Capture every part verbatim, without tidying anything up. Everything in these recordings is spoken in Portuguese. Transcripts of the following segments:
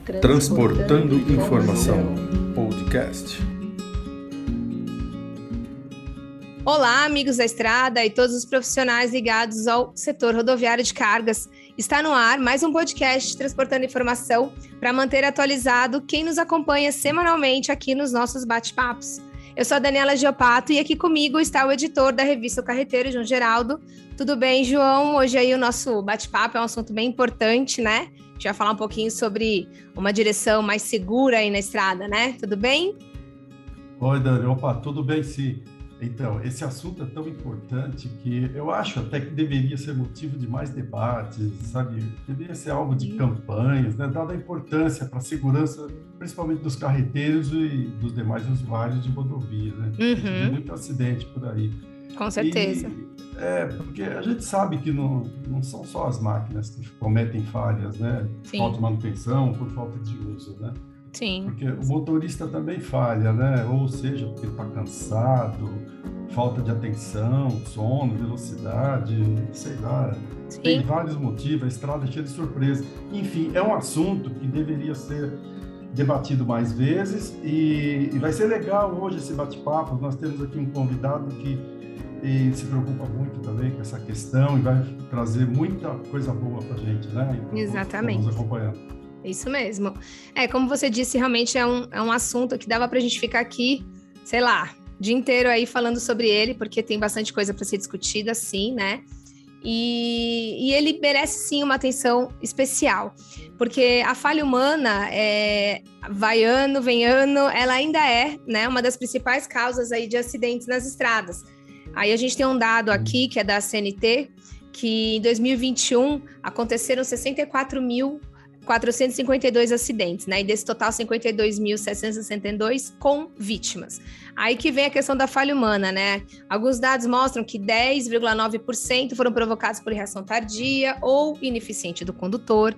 Transportando Informação Podcast. Olá, amigos da estrada e todos os profissionais ligados ao setor rodoviário de cargas. Está no ar mais um podcast Transportando Informação para manter atualizado quem nos acompanha semanalmente aqui nos nossos bate-papos. Eu sou a Daniela Giopato e aqui comigo está o editor da revista O Carreteiro, João Geraldo. Tudo bem, João? Hoje aí o nosso bate-papo é um assunto bem importante, né? A gente vai falar um pouquinho sobre uma direção mais segura aí na estrada, né? Tudo bem? Oi, Dani. Opa, tudo bem, sim. Então, esse assunto é tão importante que eu acho até que deveria ser motivo de mais debates, sabe? Deveria ser alvo de campanhas, né? Dada a importância para a segurança, principalmente dos carreteiros e dos demais usuários de rodovia, né? Uhum. Tem muito acidente por aí. Com certeza. E, é, porque a gente sabe que não, não são só as máquinas que cometem falhas, né? Sim. Falta de manutenção, por falta de uso, né? Sim. Porque o motorista também falha, né? Ou seja, porque ele está cansado, falta de atenção, sono, velocidade, sei lá. Sim. Tem vários motivos, a estrada é cheia de surpresa. Enfim, é um assunto que deveria ser debatido mais vezes e, e vai ser legal hoje esse bate-papo. Nós temos aqui um convidado que e se preocupa muito também com essa questão e vai trazer muita coisa boa para a gente, né? Então, exatamente. Estamos acompanhando. Isso mesmo. É, como você disse, realmente é um, é um assunto que dava para a gente ficar aqui, sei lá, o dia inteiro aí falando sobre ele, porque tem bastante coisa para ser discutida, sim, né? E, e ele merece, sim, uma atenção especial, porque a falha humana, é, vai ano, vem ano, ela ainda é, né, uma das principais causas aí de acidentes nas estradas. Aí a gente tem um dado aqui, que é da C N T, que em dois mil e vinte e um aconteceram sessenta e quatro mil quatrocentos e cinquenta e dois acidentes, né? E desse total, cinquenta e dois mil setecentos e sessenta e dois com vítimas. Aí que vem a questão da falha humana, né? Alguns dados mostram que dez vírgula nove por cento foram provocados por reação tardia ou ineficiente do condutor,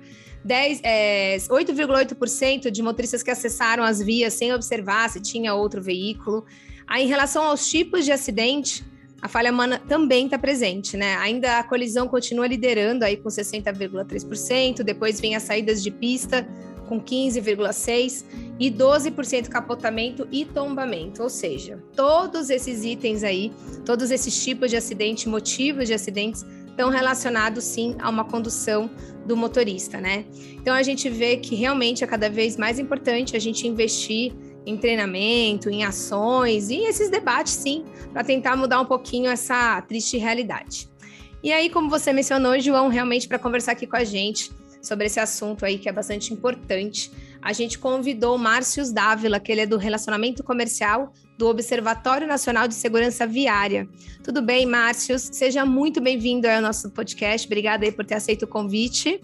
é, oito vírgula oito por cento de motoristas que acessaram as vias sem observar se tinha outro veículo. Aí, em relação aos tipos de acidente, a falha humana também está presente, né? Ainda a colisão continua liderando aí com sessenta vírgula três por cento, depois vem as saídas de pista com quinze vírgula seis por cento e doze por cento capotamento e tombamento, ou seja, todos esses itens aí, todos esses tipos de acidente, motivos de acidentes, estão relacionados sim a uma condução do motorista, né? Então a gente vê que realmente é cada vez mais importante a gente investir em treinamento, em ações e esses debates, sim, para tentar mudar um pouquinho essa triste realidade. E aí, como você mencionou, João, realmente para conversar aqui com a gente sobre esse assunto aí que é bastante importante, a gente convidou o Márcio Dávila, que ele é do Relacionamento Comercial do Observatório Nacional de Segurança Viária. Tudo bem, Márcio? Seja muito bem-vindo ao nosso podcast. Obrigada aí por ter aceito o convite.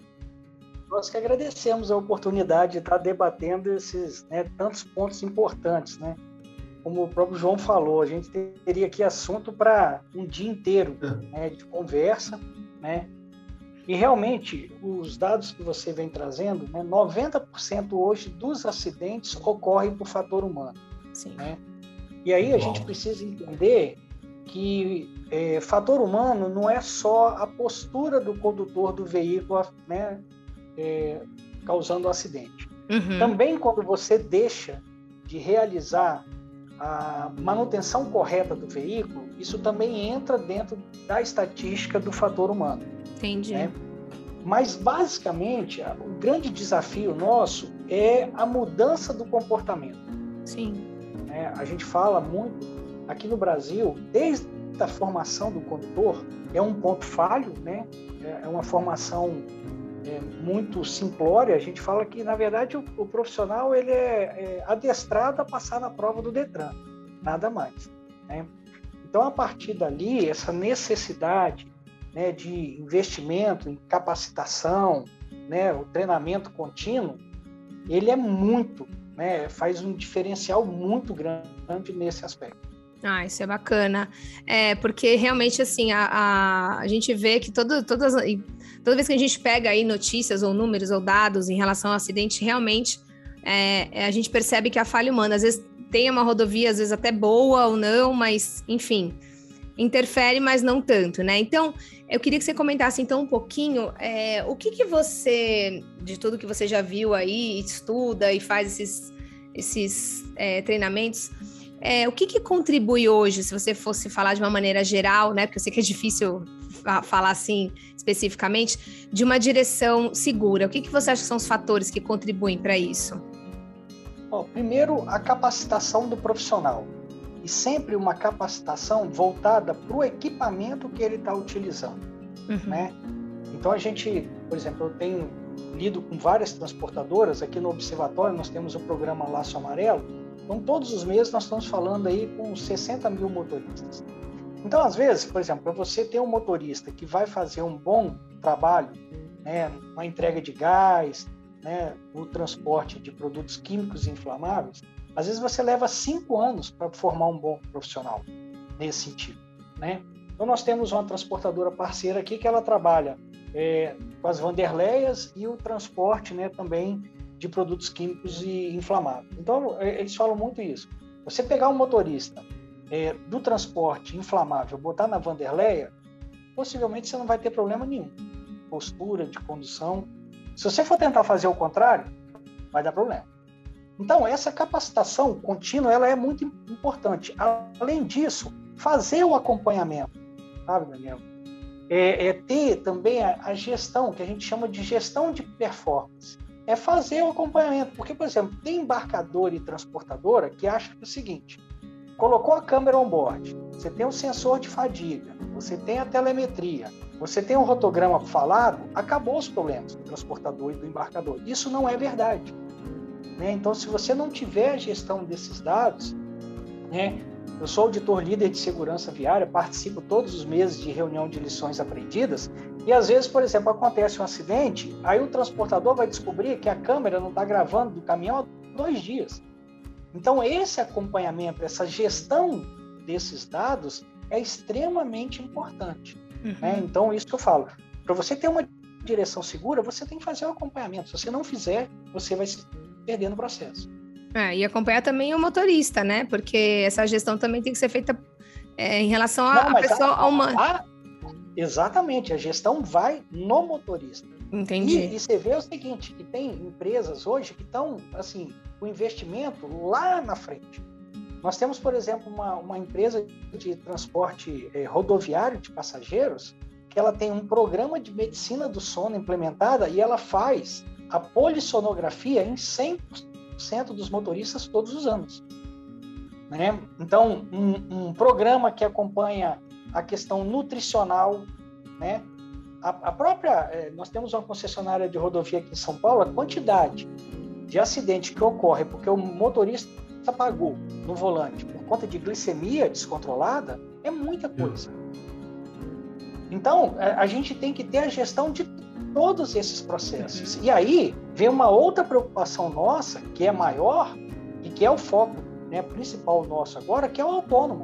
Nós que agradecemos a oportunidade de estar debatendo esses, né, tantos pontos importantes, né? Como o próprio João falou, a gente teria aqui assunto para um dia inteiro, né, de conversa, né? E realmente, os dados que você vem trazendo, né, noventa por cento hoje dos acidentes ocorrem por fator humano. Sim. Né? E aí a gente precisa entender que é, fator humano não é só a postura do condutor do veículo, né, É, causando um acidente. Uhum. Também quando você deixa de realizar a manutenção correta do veículo, isso também entra dentro da estatística do fator humano. Entendi. Né? Mas, basicamente, o grande desafio nosso é a mudança do comportamento. Sim. É, a gente fala muito, aqui no Brasil, desde a formação do condutor, é um ponto falho, né? É uma formação É muito simplória. A gente fala que, na verdade, o, o profissional ele é, é adestrado a passar na prova do Detran, nada mais. Né? Então, a partir dali, essa necessidade, né, de investimento em capacitação, né, o treinamento contínuo, ele é muito, né, faz um diferencial muito grande nesse aspecto. Ah, isso é bacana. É, porque realmente, assim, a, a, a gente vê que todo, todas, toda vez que a gente pega aí notícias ou números ou dados em relação ao acidente, realmente é, a gente percebe que a falha humana, às vezes tem uma rodovia, às vezes até boa ou não, mas, enfim, interfere, mas não tanto, né? Então, eu queria que você comentasse, então, um pouquinho é, o que que você, de tudo que você já viu aí, estuda e faz esses, esses é, treinamentos, é, o que que contribui hoje, se você fosse falar de uma maneira geral, né? Porque eu sei que é difícil falar assim especificamente, de uma direção segura. O que que você acha que são os fatores que contribuem para isso? Bom, primeiro, a capacitação do profissional. E sempre uma capacitação voltada para o equipamento que ele está utilizando. Uhum. Né? Então, a gente, por exemplo, eu tenho lido com várias transportadoras. Aqui no Observatório nós temos o programa Laço Amarelo. Então, todos os meses nós estamos falando aí com sessenta mil motoristas. Então, às vezes, por exemplo, para você ter um motorista que vai fazer um bom trabalho, né, uma entrega de gás, né, o transporte de produtos químicos e inflamáveis, às vezes você leva cinco anos para formar um bom profissional nesse sentido, né? Então, nós temos uma transportadora parceira aqui que ela trabalha é, com as Vanderleias e o transporte, né, também de produtos químicos e inflamáveis. Então, eles falam muito isso. Você pegar um motorista é, do transporte inflamável, botar na Vanderleia, possivelmente você não vai ter problema nenhum. Postura de condução. Se você for tentar fazer o contrário, vai dar problema. Então, essa capacitação contínua, ela é muito importante. Além disso, fazer o acompanhamento, sabe, Daniel? É, é ter também a, a gestão, que a gente chama de gestão de performance. É fazer o acompanhamento. Porque, por exemplo, tem embarcador e transportadora que acha que é o seguinte: colocou a câmera on-board, você tem o sensor de fadiga, você tem a telemetria, você tem um rotograma falado, acabou os problemas do transportador e do embarcador. Isso não é verdade. Né? Então, se você não tiver a gestão desses dados, né? Eu sou auditor líder de segurança viária, participo todos os meses de reunião de lições aprendidas e, às vezes, por exemplo, acontece um acidente, aí o transportador vai descobrir que a câmera não está gravando do caminhão há dois dias. Então, esse acompanhamento, essa gestão desses dados é extremamente importante. Uhum. Né? Então, isso que eu falo. Para você ter uma direção segura, você tem que fazer o acompanhamento. Se você não fizer, você vai se perder no processo. É, e acompanhar também o motorista, né? Porque essa gestão também tem que ser feita é, em relação à pessoa humana. A, exatamente, a gestão vai no motorista. Entendi. E, e você vê o seguinte, que tem empresas hoje que estão, assim, com investimento lá na frente. Nós temos, por exemplo, uma, uma empresa de transporte eh, rodoviário de passageiros, que ela tem um programa de medicina do sono implementada e ela faz a polissonografia em cem por cento dos motoristas todos os anos. Né? Então, um, um programa que acompanha a questão nutricional, né? A, a própria, eh, nós temos uma concessionária de rodovia aqui em São Paulo, a quantidade de acidente que ocorre porque o motorista pagou no volante por conta de glicemia descontrolada é muita coisa. Então, a, a gente tem que ter a gestão de todos esses processos. Uhum. E aí vem uma outra preocupação nossa, que é maior e que é o foco, né, principal nosso agora, que é o autônomo.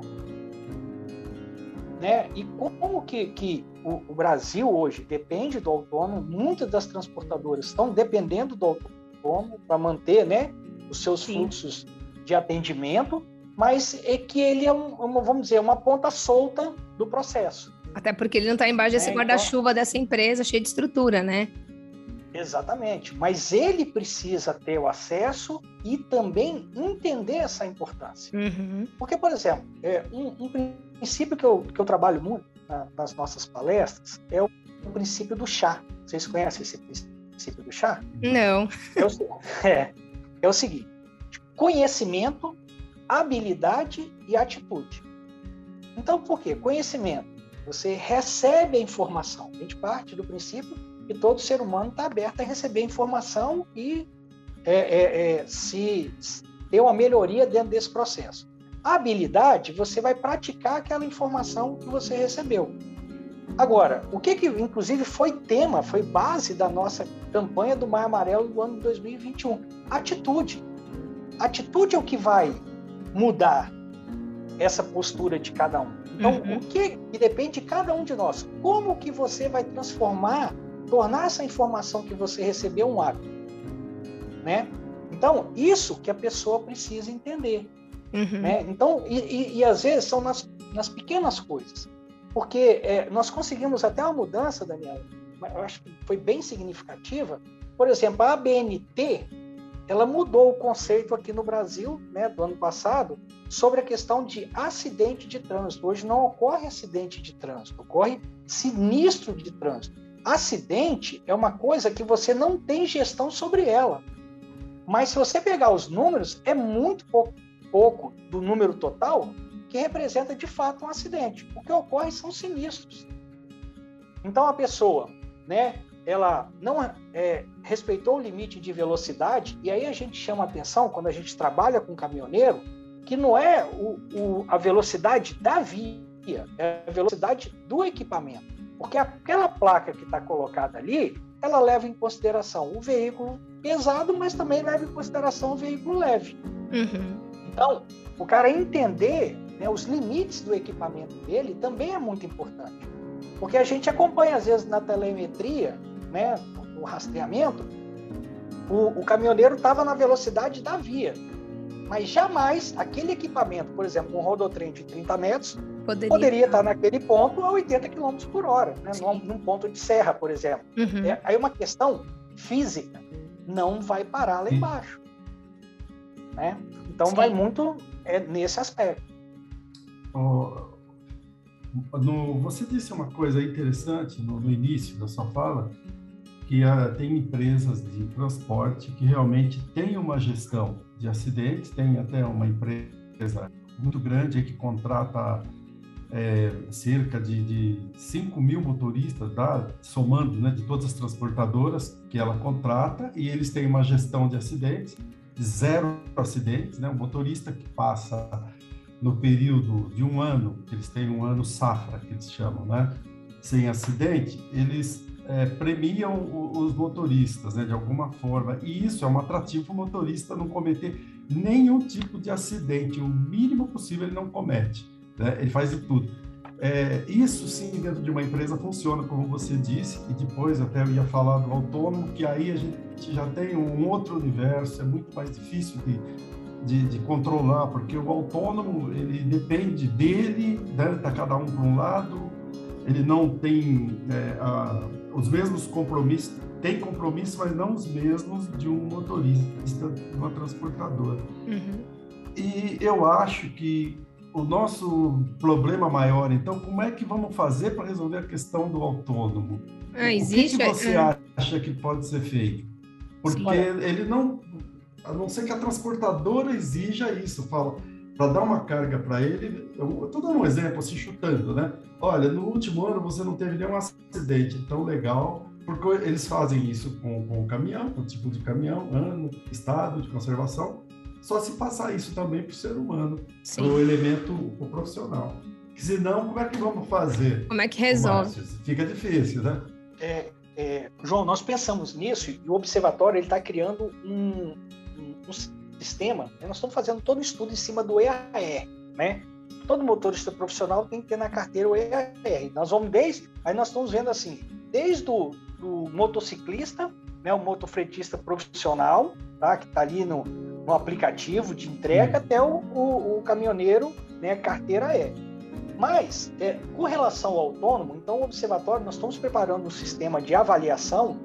Né? E como que, que o, o Brasil hoje depende do autônomo, muitas das transportadoras estão dependendo do autônomo para manter, né, os seus Sim. fluxos de atendimento, mas é que ele é, um, uma, vamos dizer, uma ponta solta do processo. Até porque ele não está embaixo desse é, guarda-chuva então... dessa empresa cheia de estrutura, né? Exatamente, mas ele precisa ter o acesso e também entender essa importância. Uhum. Porque, por exemplo, é, um, um princípio que eu, que eu trabalho muito na, nas nossas palestras é o, o princípio do chá. Vocês conhecem esse princípio do chá? Não. É o, é, é o seguinte: conhecimento, habilidade e atitude. Então, por quê? Conhecimento. Você recebe a informação. A gente parte do princípio que todo ser humano está aberto a receber informação e é, é, é, se ter uma melhoria dentro desse processo. A habilidade, você vai praticar aquela informação que você recebeu. Agora, o que, que inclusive foi tema, foi base da nossa campanha do Maio Amarelo do ano dois mil e vinte e um. Atitude. Atitude é o que vai mudar essa postura de cada um. Então, uhum. o que, que depende de cada um de nós? Como que você vai transformar, tornar essa informação que você recebeu um hábito? Né? Então, isso que a pessoa precisa entender. Uhum. Né? Então, e, e, e às vezes são nas nas pequenas coisas. Porque é, nós conseguimos até uma mudança, Daniel, eu acho que foi bem significativa. Por exemplo, a A B N T, ela mudou o conceito aqui no Brasil, né, do ano passado, sobre a questão de acidente de trânsito. Hoje não ocorre acidente de trânsito, ocorre sinistro de trânsito. Acidente é uma coisa que você não tem gestão sobre ela. Mas se você pegar os números, é muito pouco, pouco do número total que representa de fato um acidente. O que ocorre são sinistros. Então a pessoa, né, ela não é, respeitou o limite de velocidade, e aí a gente chama atenção, quando a gente trabalha com caminhoneiro, que não é o, o, a velocidade da via, é a velocidade do equipamento. Porque aquela placa que está colocada ali, ela leva em consideração o veículo pesado, mas também leva em consideração o veículo leve. Uhum. Então, o cara entender, né, os limites do equipamento dele também é muito importante. Porque a gente acompanha, às vezes, na telemetria, né, o rastreamento, o, o caminhoneiro estava na velocidade da via. Mas jamais aquele equipamento, por exemplo, um rodotrem de trinta metros, poderia, poderia estar naquele ponto a oitenta quilômetros por hora, né, num, num ponto de serra, por exemplo. Uhum. É, aí uma questão física, não vai parar lá embaixo. Né? Então, Sim. vai muito é, nesse aspecto. Oh, no, você disse uma coisa interessante no, no início da sua fala, que uh, tem empresas de transporte que realmente têm uma gestão de acidentes, tem até uma empresa muito grande que contrata é, cerca de, de cinco mil motoristas, tá? Somando, né, de todas as transportadoras que ela contrata, e eles têm uma gestão de acidentes, zero acidentes, né? Um motorista que passa no período de um ano, que eles têm um ano safra, que eles chamam, né, sem acidente, eles é, premiam o, os motoristas, né, de alguma forma, e isso é um atrativo para o motorista não cometer nenhum tipo de acidente, o mínimo possível ele não comete, né, ele faz de tudo. É, isso sim, dentro de uma empresa funciona, como você disse, e depois até eu ia falar do autônomo, que aí a gente já tem um outro universo, é muito mais difícil de De, de controlar, porque o autônomo, ele depende dele, né? Tá cada um para um lado, ele não tem é, a, os mesmos compromissos, tem compromissos, mas não os mesmos de um motorista, de uma transportadora. Uhum. E eu acho que o nosso problema maior, então, como é que vamos fazer para resolver a questão do autônomo? Ah, existe, o que, que você é... acha que pode ser feito? Porque Sim. ele não... a não ser que a transportadora exija isso, fala, para dar uma carga para ele, eu estou dando um exemplo, assim, chutando, né? Olha, no último ano você não teve nenhum acidente, então legal, porque eles fazem isso com, com o caminhão, com o tipo de caminhão, ano, estado de conservação, só se passar isso também para o ser humano, para o elemento o profissional. Senão, como é que vamos fazer? Como é que resolve? Márcio? Fica difícil, né? É, é, João, nós pensamos nisso e o Observatório está criando um... um sistema, nós estamos fazendo todo o estudo em cima do E A R, né? Todo motorista profissional tem que ter na carteira o E A R. Nós vamos desde, aí nós estamos vendo assim, desde o do motociclista, né, o motofretista profissional, tá, que está ali no, no aplicativo de entrega, até o, o, o caminhoneiro, né, carteira E. Mas, é, com relação ao autônomo, então o Observatório, nós estamos preparando um sistema de avaliação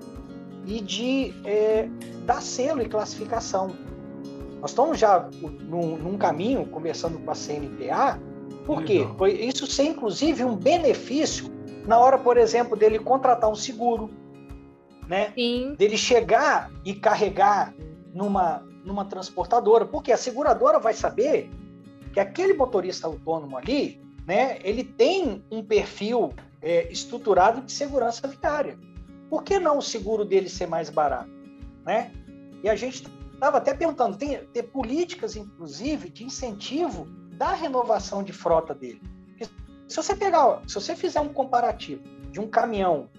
e de é, dar selo e classificação. Nós estamos já num, num caminho, conversando com a C N P A, porque isso ser, inclusive, um benefício na hora, por exemplo, dele contratar um seguro, né? Sim. Dele chegar e carregar numa, numa transportadora, porque a seguradora vai saber que aquele motorista autônomo ali, né, ele tem um perfil é, estruturado de segurança viária. Por que não o seguro dele ser mais barato? Né? E a gente estava até perguntando, tem, tem políticas, inclusive, de incentivo da renovação de frota dele. Se você pegar, se você fizer um comparativo de um caminhão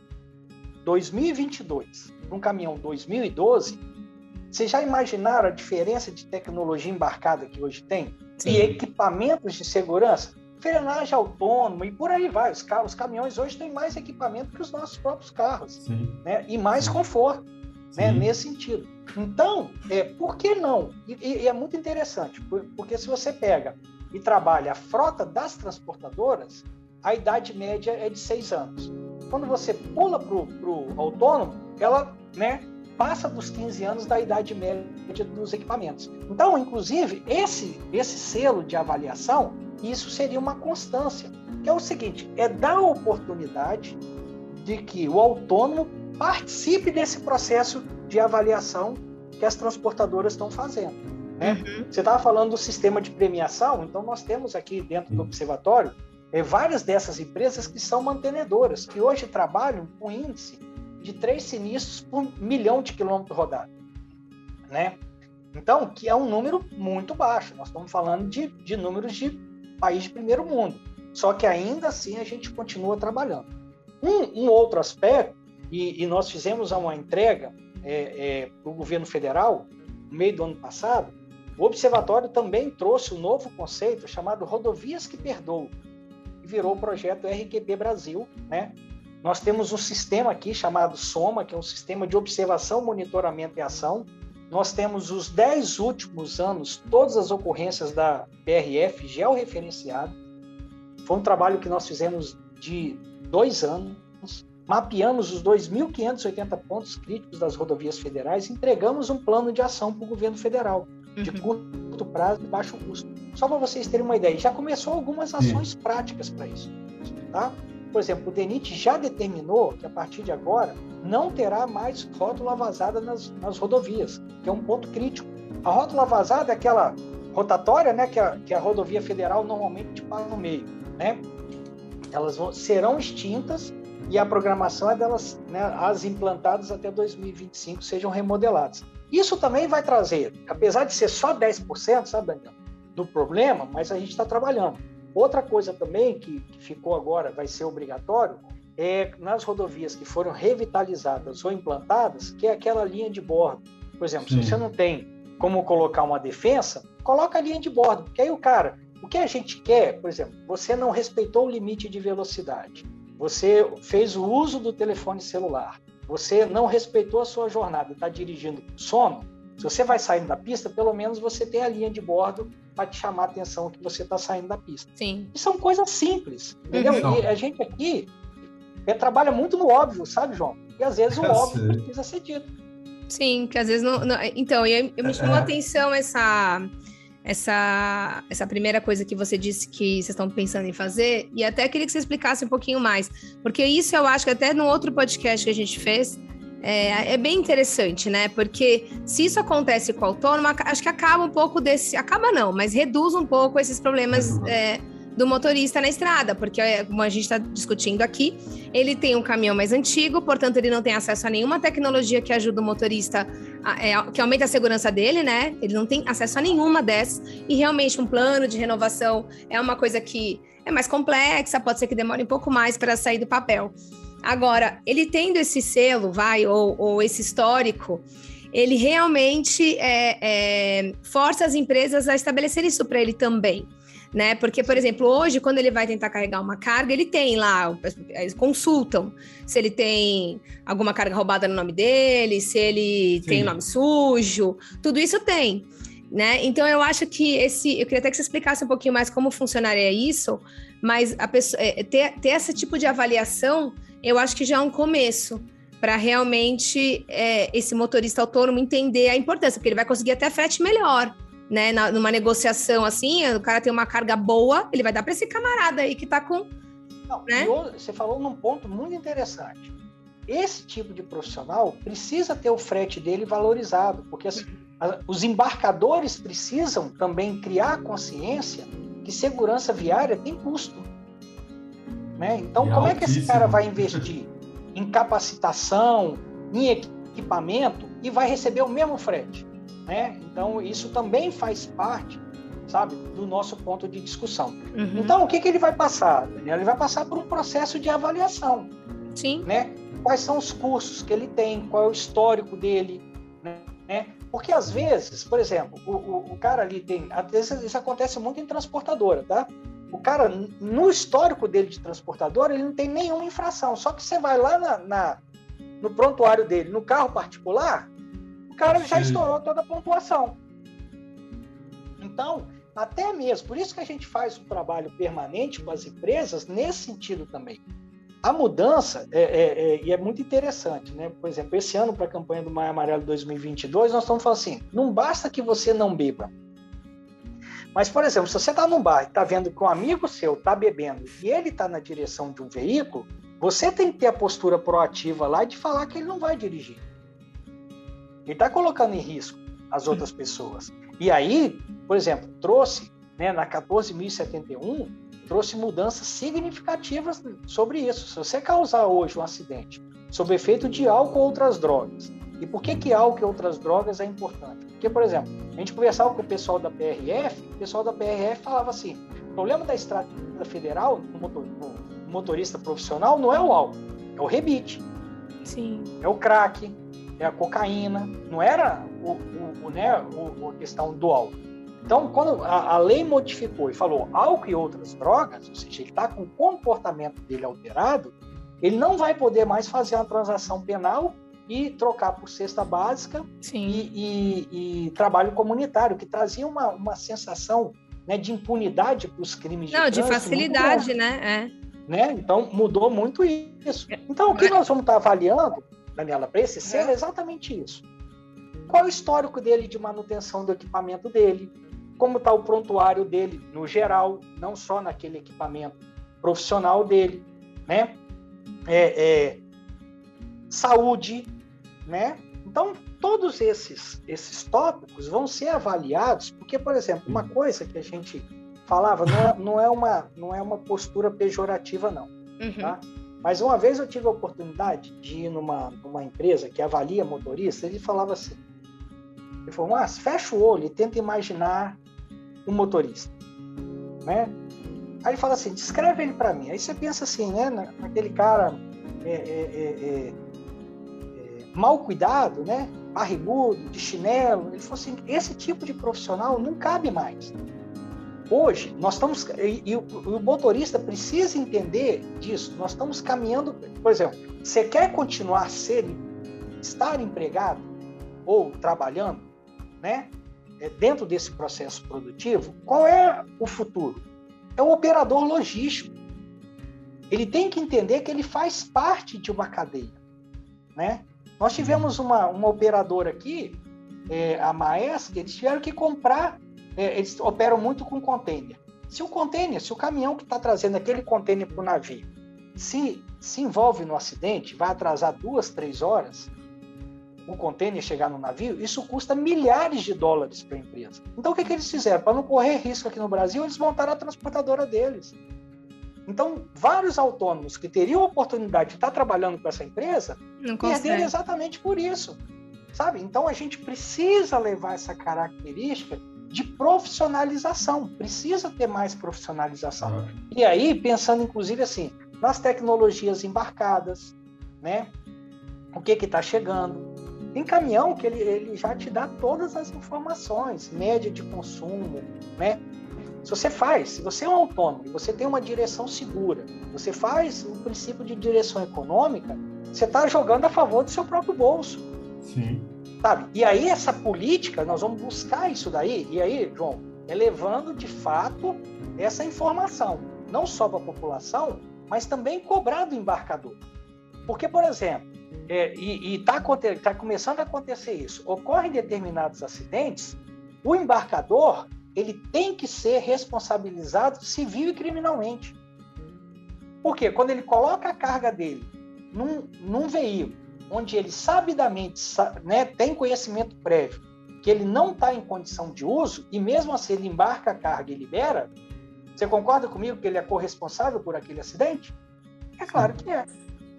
dois mil e vinte e dois para um caminhão dois mil e doze, vocês já imaginaram a diferença de tecnologia embarcada que hoje tem? Sim. E equipamentos de segurança? Frenagem autônoma e por aí vai. Os, carros, os caminhões hoje têm mais equipamento que os nossos próprios carros. Sim. Né? E mais Sim. conforto, né? Nesse sentido. Então, é, por que não? E, e é muito interessante, porque se você pega e trabalha a frota das transportadoras, a idade média é de seis anos. Quando você pula para o autônomo, ela, né, passa dos quinze anos da idade média dos equipamentos. Então, inclusive, esse, esse selo de avaliação, isso seria uma constância, que é o seguinte, é dar a oportunidade de que o autônomo participe desse processo de avaliação que as transportadoras estão fazendo. Né? Uhum. Você estava falando do sistema de premiação, então nós temos aqui dentro do observatório é, várias dessas empresas que são mantenedoras, que hoje trabalham com índice de três sinistros por milhão de quilômetros rodados. Né? Então, que é um número muito baixo, nós estamos falando de, de números de país de primeiro mundo, só que ainda assim a gente continua trabalhando. Um, um outro aspecto, e, e nós fizemos uma entrega é, é, para o governo federal, no meio do ano passado, o observatório também trouxe um novo conceito chamado Rodovias que Perdoam, que virou o projeto R Q P Brasil. Né? Nós temos um sistema aqui chamado SOMA, que é um sistema de observação, monitoramento e ação. Nós temos os dez últimos anos, todas as ocorrências da B R F georreferenciadas. Foi um trabalho que nós fizemos de dois anos, mapeamos os dois mil quinhentos e oitenta pontos críticos das rodovias federais e entregamos um plano de ação para o governo federal, de curto prazo e baixo custo. Só para vocês terem uma ideia, já começou algumas ações Sim. práticas para isso. Tá? Por exemplo, o DENIT já determinou que a partir de agora não terá mais rótula vazada nas, nas rodovias, que é um ponto crítico. A rótula vazada é aquela rotatória, né, que, a, que a rodovia federal normalmente passa no meio. Né? Elas vão, serão extintas e a programação é delas, né, as implantadas até dois mil e vinte e cinco sejam remodeladas. Isso também vai trazer, apesar de ser só dez por cento, sabe, Daniel, do problema, mas a gente está trabalhando. Outra coisa também que, que ficou agora, vai ser obrigatório, é nas rodovias que foram revitalizadas ou implantadas, que é aquela linha de bordo. Por exemplo, Sim. se você não tem como colocar uma defensa, coloca a linha de bordo, porque aí o cara, o que a gente quer, por exemplo, você não respeitou o limite de velocidade, você fez o uso do telefone celular, você não respeitou a sua jornada, está dirigindo com sono, se você vai saindo da pista, pelo menos você tem a linha de bordo para te chamar a atenção que você está saindo da pista. Sim. E são coisas simples, entendeu? Uhum. E a gente aqui é, trabalha muito no óbvio, sabe, João? E às vezes o é óbvio sei. precisa ser dito. Sim, que às vezes não... não então, eu, eu me chamou é. a atenção essa, essa, essa primeira coisa que você disse que vocês estão pensando em fazer, e até queria que você explicasse um pouquinho mais, porque isso eu acho que até no outro podcast que a gente fez, É, é bem interessante, né? Porque se isso acontece com o autônomo, acho que acaba um pouco desse... Acaba não, mas reduz um pouco esses problemas é, do motorista na estrada, porque, como a gente está discutindo aqui, ele tem um caminhão mais antigo, portanto, ele não tem acesso a nenhuma tecnologia que ajuda o motorista, a, é, que aumenta a segurança dele, né? Ele não tem acesso a nenhuma dessas, e realmente um plano de renovação é uma coisa que é mais complexa, pode ser que demore um pouco mais para sair do papel. Agora, ele tendo esse selo, vai, ou, ou esse histórico, ele realmente é, é, força as empresas a estabelecer isso para ele também, né? Porque, por exemplo, hoje, quando ele vai tentar carregar uma carga, ele tem lá, eles consultam se ele tem alguma carga roubada no nome dele, se ele Sim. tem nome sujo, tudo isso tem. Né? Então, eu acho que esse... Eu queria até que você explicasse um pouquinho mais como funcionaria isso, mas a pessoa, é, ter, ter esse tipo de avaliação, eu acho que já é um começo para realmente é, esse motorista autônomo entender a importância, porque ele vai conseguir até frete melhor, né? Na, numa negociação assim, o cara tem uma carga boa, ele vai dar para esse camarada aí que está com... Não, né? Você falou num ponto muito interessante. Esse tipo de profissional precisa ter o frete dele valorizado, porque as, a, os embarcadores precisam também criar a consciência que segurança viária tem custo. Né? Então, e como altíssimo. É que esse cara vai investir em capacitação, em equipamento e vai receber o mesmo frete? Né? Então, isso também faz parte, sabe, do nosso ponto de discussão. Uhum. Então, o que, que ele vai passar? Ele vai passar por um processo de avaliação. Sim. Né? Quais são os cursos que ele tem, qual é o histórico dele, né? Porque, às vezes, por exemplo, o, o, o cara ali tem... Às vezes isso acontece muito em transportadora, tá? O cara, no histórico dele de transportadora, ele não tem nenhuma infração. Só que você vai lá na, na, no prontuário dele, no carro particular, o cara já estourou toda a pontuação. Então, até mesmo, por isso que a gente faz um trabalho permanente com as empresas nesse sentido também. A mudança, é, é, é, e é muito interessante, né? Por exemplo, esse ano, para a campanha do Maio Amarelo dois mil e vinte e dois, nós estamos falando assim, não basta que você não beba. Mas, por exemplo, se você está num bar e está vendo que um amigo seu está bebendo e ele está na direção de um veículo, você tem que ter a postura proativa lá de falar que ele não vai dirigir. Ele está colocando em risco as outras pessoas. E aí, por exemplo, trouxe, né, na quatorze mil e setenta e um, trouxe mudanças significativas sobre isso. Se você causar hoje um acidente sob efeito de álcool ou outras drogas, e por que que álcool e outras drogas é importante? Porque, por exemplo, a gente conversava com o pessoal da P R F, o pessoal da P R F falava assim, o problema da estrada federal, no, motor, no motorista profissional, não é o álcool, é o rebite. Sim. É o crack, é a cocaína, não era o, o, o, né, o, a questão do álcool. Então, quando a, a lei modificou e falou álcool e outras drogas, ou seja, ele está com o comportamento dele alterado, ele não vai poder mais fazer uma transação penal e trocar por cesta básica e, e, e trabalho comunitário, que trazia uma, uma sensação, né, de impunidade para os crimes de Não, trânsito. de facilidade, né? É. né? Então, mudou muito isso. Então, o que nós vamos estar avaliando, Daniela, para esse ser é exatamente isso. Qual é o histórico dele de manutenção do equipamento dele? Como está o prontuário dele no geral, não só naquele equipamento profissional dele, né? É, é, saúde, né? Então, todos esses, esses tópicos vão ser avaliados, porque, por exemplo, uma coisa que a gente falava não é, não é, uma, não é uma postura pejorativa, não. Uhum. Tá? Mas uma vez eu tive a oportunidade de ir numa, numa empresa que avalia motorista, ele falava assim, ele falou, mas fecha o olho e tenta imaginar um motorista, né? Aí ele fala assim, descreve ele para mim. Aí você pensa assim, né, naquele cara é, é, é, é, mal cuidado, né, barrigudo, de chinelo. Ele falou assim, esse tipo de profissional não cabe mais. Hoje, nós estamos, e, e o, o motorista precisa entender disso, nós estamos caminhando, por exemplo, você quer continuar a ser, estar empregado ou trabalhando, né, dentro desse processo produtivo, qual é o futuro? É o operador logístico. Ele tem que entender que ele faz parte de uma cadeia, né? Nós tivemos uma, uma operadora aqui, é, a Maersk, eles tiveram que comprar, é, eles operam muito com container. Se o container, se o caminhão que está trazendo aquele container para o navio se, se envolve no acidente, vai atrasar duas, três horas, o container chegar no navio, isso custa milhares de dólares para a empresa. Então, o que, que eles fizeram? Para não correr risco aqui no Brasil, eles montaram a transportadora deles. Então, vários autônomos que teriam a oportunidade de estar trabalhando com essa empresa, não perderam exatamente por isso, sabe? Então, a gente precisa levar essa característica de profissionalização, precisa ter mais profissionalização. Uhum. E aí, pensando inclusive assim, nas tecnologias embarcadas, né? O que que está chegando? Tem caminhão que ele, ele já te dá todas as informações, média de consumo, né? Se você faz, se você é um autônomo e você tem uma direção segura, você faz o princípio de direção econômica, você está jogando a favor do seu próprio bolso. Sim. Sabe? E aí essa política, nós vamos buscar isso daí, e aí, João, é levando de fato essa informação, não só para a população, mas também cobrar do embarcador. Porque, por exemplo, É, e está tá começando a acontecer isso. Ocorrem determinados acidentes, o embarcador ele tem que ser responsabilizado civil e criminalmente. Por quê? Quando ele coloca a carga dele num, num veículo onde ele sabidamente, né, tem conhecimento prévio que ele não está em condição de uso, e mesmo assim ele embarca a carga e libera, você concorda comigo que ele é corresponsável por aquele acidente? É claro que é.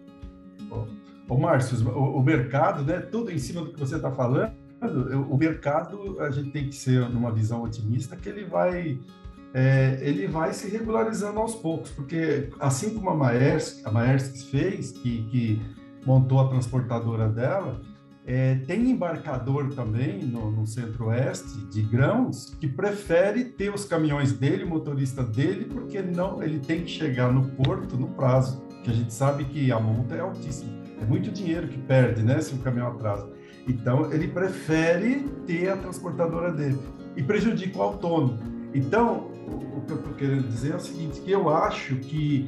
Ô, Márcio, o, o mercado, né, tudo em cima do que você está falando, o mercado, a gente tem que ser numa visão otimista, que ele vai, é, ele vai se regularizando aos poucos, porque assim como a Maersk, a Maersk fez, que, que montou a transportadora dela, é, tem embarcador também no, no centro-oeste de grãos que prefere ter os caminhões dele, o motorista dele, porque não, ele tem que chegar no porto no prazo, que a gente sabe que a multa é altíssima. É muito dinheiro que perde, né, se o caminhão atrasa. Então, ele prefere ter a transportadora dele e prejudica o autônomo. Então, o que eu estou querendo dizer é o seguinte, que eu acho que,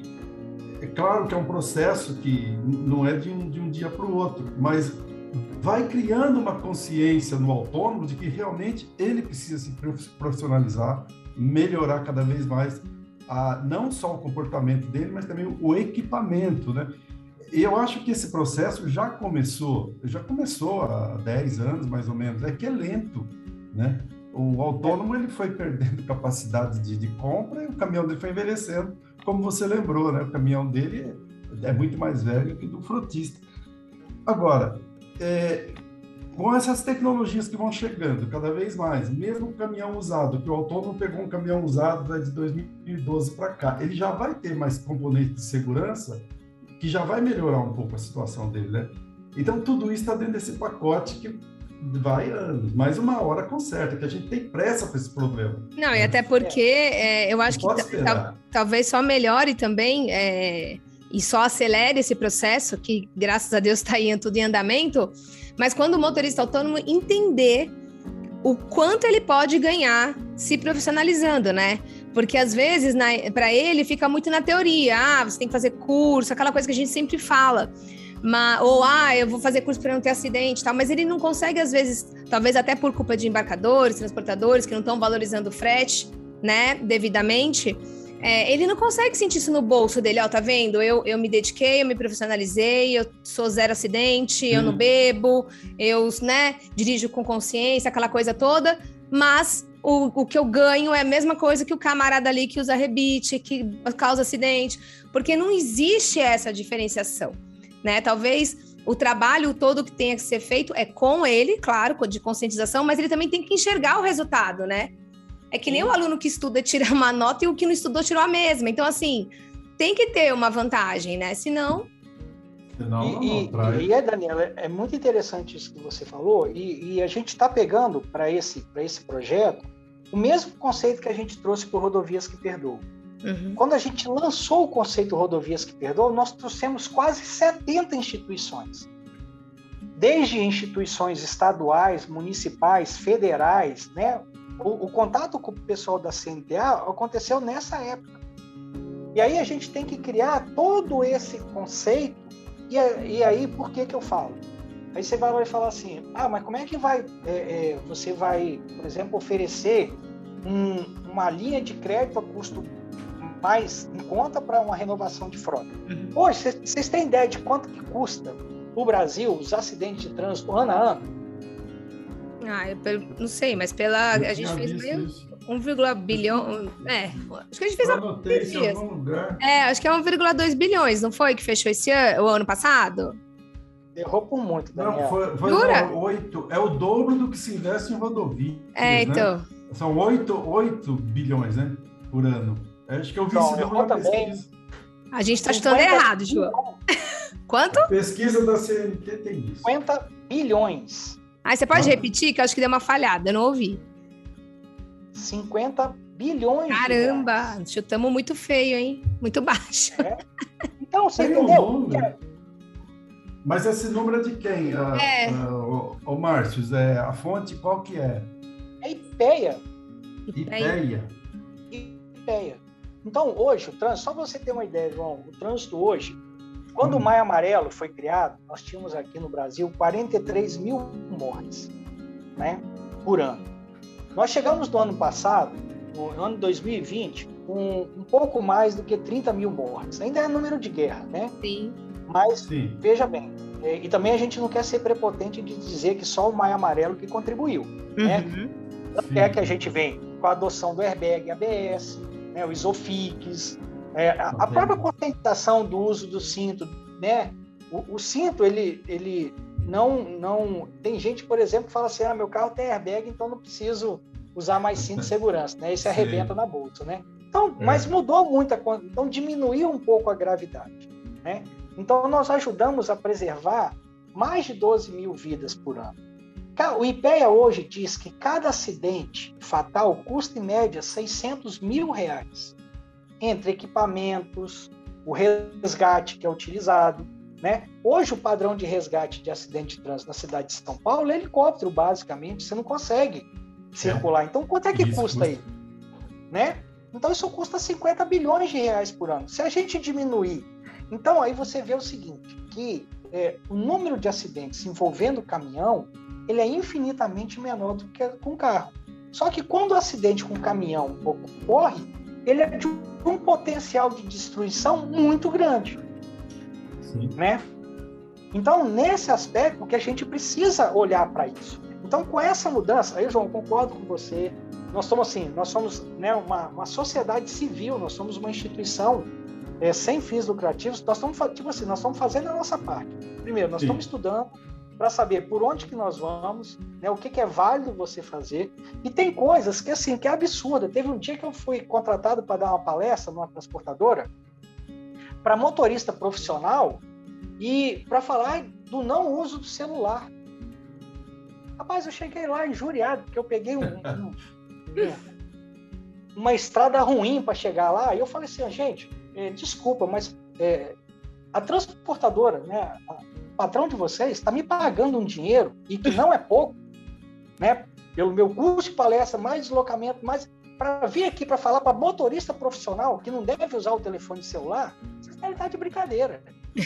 é claro que é um processo que não é de um, de um dia para o outro, mas vai criando uma consciência no autônomo de que realmente ele precisa se profissionalizar, melhorar cada vez mais, a, não só o comportamento dele, mas também o equipamento, né? E eu acho que esse processo já começou, já começou há dez anos, mais ou menos, é que é lento, né? O autônomo ele foi perdendo capacidade de, de compra e o caminhão dele foi envelhecendo, como você lembrou, né? O caminhão dele é, é muito mais velho que do frotista. Agora, é, com essas tecnologias que vão chegando cada vez mais, mesmo o caminhão usado, que o autônomo pegou um caminhão usado de dois mil e doze para cá, ele já vai ter mais componentes de segurança que já vai melhorar um pouco a situação dele, né? Então, tudo isso está dentro desse pacote que vai anos, mas uma hora conserta, que a gente tem pressa para esse problema. Não, né? E até porque é, eu acho Não que ta, talvez só melhore também é, e só acelere esse processo, que graças a Deus está aí tudo em andamento, mas quando o motorista autônomo entender o quanto ele pode ganhar se profissionalizando, né? Porque às vezes para ele fica muito na teoria, ah, você tem que fazer curso, aquela coisa que a gente sempre fala. Mas, ou, ah, eu vou fazer curso para não ter acidente, tal, mas ele não consegue, às vezes, talvez até por culpa de embarcadores, transportadores, que não estão valorizando o frete, né, devidamente, é, ele não consegue sentir isso no bolso dele, ó, tá vendo? Eu, eu me dediquei, eu me profissionalizei, eu sou zero acidente, eu hum. não bebo, eu, né, dirijo com consciência, aquela coisa toda, mas o, o que eu ganho é a mesma coisa que o camarada ali que usa rebite, que causa acidente, porque não existe essa diferenciação. Né? Talvez o trabalho todo que tenha que ser feito é com ele, claro, de conscientização, mas ele também tem que enxergar o resultado, né? É que nem o aluno que estuda tira uma nota e o que não estudou tirou a mesma. Então, assim, tem que ter uma vantagem, né? Senão... Senão e, não, e, e é, Daniela, é muito interessante isso que você falou, e, e a gente está pegando para esse, para esse projeto o mesmo conceito que a gente trouxe por Rodovias que Perdoam. Uhum. Quando a gente lançou o conceito Rodovias que Perdoam, nós trouxemos quase setenta instituições. Desde instituições estaduais, municipais, federais, né? O, o contato com o pessoal da C N T A aconteceu nessa época. E aí a gente tem que criar todo esse conceito. E, e aí, por que que eu falo? Aí você vai falar assim, ah, mas como é que vai, é, é, você vai, por exemplo, oferecer um, uma linha de crédito a custo mais em conta para uma renovação de frota? Uhum. Hoje, vocês têm ideia de quanto que custa no Brasil os acidentes de trânsito ano a ano? Ah, eu não sei, mas pela a gente fez meio um vírgula bilhão, é, acho que a gente fez há dias. É, acho que é um vírgula dois bilhões, não foi que fechou esse ano, o ano passado? Errou por muito, Daniel. Não, foi, foi oito, é o dobro do que se investe em rodovias. É, então. Né? São oito bilhões, né, por ano. Acho que eu vi isso na pesquisa. A gente está estudando errado, João. Quanto? A pesquisa da C N T tem isso. cinquenta bilhões. Ah, você pode ah. repetir, que eu acho que deu uma falhada, eu não ouvi. cinquenta bilhões. Caramba, chutamos muito feio, hein? Muito baixo. É. Então, você tem entendeu? Um Mas esse número é de quem? A, é. a, o, o Márcio, é, a fonte qual que é? É IPEA. IPEA. IPEA. Então, hoje, o trânsito, só para você ter uma ideia, João, o trânsito hoje, quando hum. o Maio Amarelo foi criado, nós tínhamos aqui no Brasil quarenta e três mil mortes, né, por ano. Nós chegamos no ano passado, no ano dois mil e vinte, com um pouco mais do que trinta mil mortes. Ainda é número de guerra, né? Sim. Mas, Sim. veja bem, e, e também a gente não quer ser prepotente de dizer que só o Maio Amarelo que contribuiu, uhum. né? Tanto é que a gente vem com a adoção do airbag A B S, né, o Isofix, é, a, a própria conscientização do uso do cinto, né? O, o cinto, ele, ele não, não... Tem gente, por exemplo, que fala assim, ah, meu carro tem airbag, então não preciso usar mais cinto de segurança, né? Esse arrebenta na bolsa, né? Então, é. Mas mudou muito, a, então diminuiu um pouco a gravidade, né? Então, nós ajudamos a preservar mais de doze mil vidas por ano. O IPEA hoje diz que cada acidente fatal custa, em média, seiscentos mil reais, entre equipamentos, o resgate que é utilizado, né? Hoje, o padrão de resgate de acidente de trânsito na cidade de São Paulo é helicóptero, basicamente, você não consegue circular. Então, quanto é que Isso, custa aí? né? Então isso custa cinquenta bilhões de reais por ano. Se a gente diminuir, então aí você vê o seguinte, que é, o número de acidentes envolvendo caminhão, ele é infinitamente menor do que com carro. Só que quando o acidente com caminhão ocorre, ele é de um potencial de destruição muito grande. Sim. Né? Então, nesse aspecto, que a gente precisa olhar para isso. Então, com essa mudança, aí, João, concordo com você, nós somos assim, nós somos, né, uma, uma sociedade civil, nós somos uma instituição é, sem fins lucrativos, nós estamos, tipo assim, nós estamos fazendo a nossa parte. Primeiro, nós Sim. estamos estudando para saber por onde que nós vamos, né, o que, que é válido você fazer, e tem coisas que, assim, que é absurda. Teve um dia que eu fui contratado para dar uma palestra numa transportadora para motorista profissional e para falar do não uso do celular. Rapaz, eu cheguei lá injuriado, porque eu peguei um, um, uma estrada ruim para chegar lá, e eu falei assim, gente, é, desculpa, mas é, a transportadora, né, o patrão de vocês está me pagando um dinheiro, e que não é pouco, né, pelo meu custo de palestra, mais deslocamento, mais para vir aqui para falar para motorista profissional que não deve usar o telefone celular, vocês devem estar de brincadeira.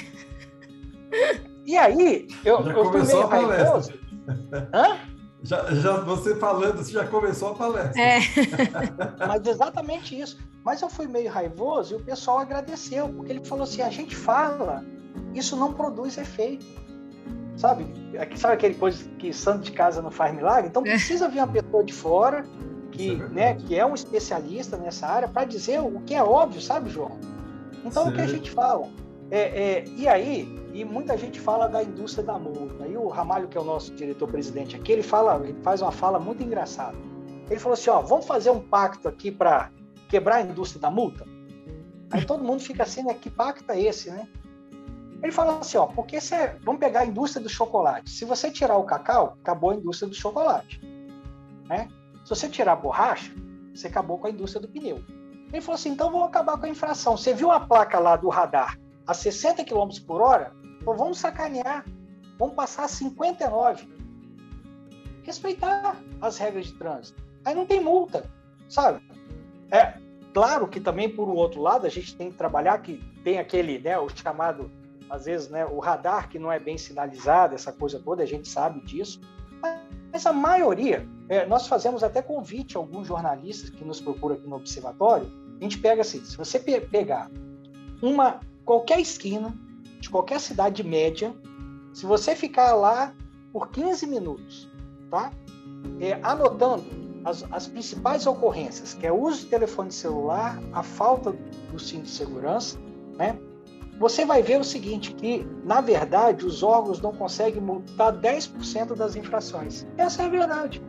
E aí, eu, já eu começou a palestra. Hã? Já, já, você falando, você já começou a palestra. É. Mas exatamente isso. Mas eu fui meio raivoso e o pessoal agradeceu, porque ele falou assim, a gente fala, isso não produz efeito. Sabe? Sabe aquele coisa que santo de casa não faz milagre? Então precisa vir uma pessoa de fora, que, é né, que é um especialista nessa área, para dizer o que é óbvio, sabe, João? Então Sim. o que a gente fala? É, é, e aí, e muita gente fala da indústria da multa. E o Ramalho, que é o nosso diretor-presidente aqui, ele, fala, ele faz uma fala muito engraçada. Ele falou assim, ó, vamos fazer um pacto aqui para quebrar a indústria da multa? Aí todo mundo fica assim, né? Que pacto é esse, né? Ele fala assim, ó, porque você, vamos pegar a indústria do chocolate. Se você tirar o cacau, acabou a indústria do chocolate. Né? Se você tirar a borracha, você acabou com a indústria do pneu. Ele falou assim, então vamos acabar com a infração. Você viu a placa lá do radar a sessenta quilômetros por hora? Então vamos sacanear. Vamos passar a cinquenta e nove. Respeitar as regras de trânsito. Aí não tem multa, sabe? É claro que também, por outro lado, a gente tem que trabalhar que tem aquele, né, o chamado, às vezes, né, o radar que não é bem sinalizado, essa coisa toda, a gente sabe disso. Mas a maioria, é, nós fazemos até convite a alguns jornalistas que nos procuram aqui no Observatório. A gente pega assim, se você pe- pegar uma, qualquer esquina de qualquer cidade média, se você ficar lá por quinze minutos, tá? É, anotando as, as principais ocorrências, que é o uso de telefone celular, a falta do cinto de segurança, né? Você vai ver o seguinte, que, na verdade, os órgãos não conseguem multar dez por cento das infrações. Essa é a verdade.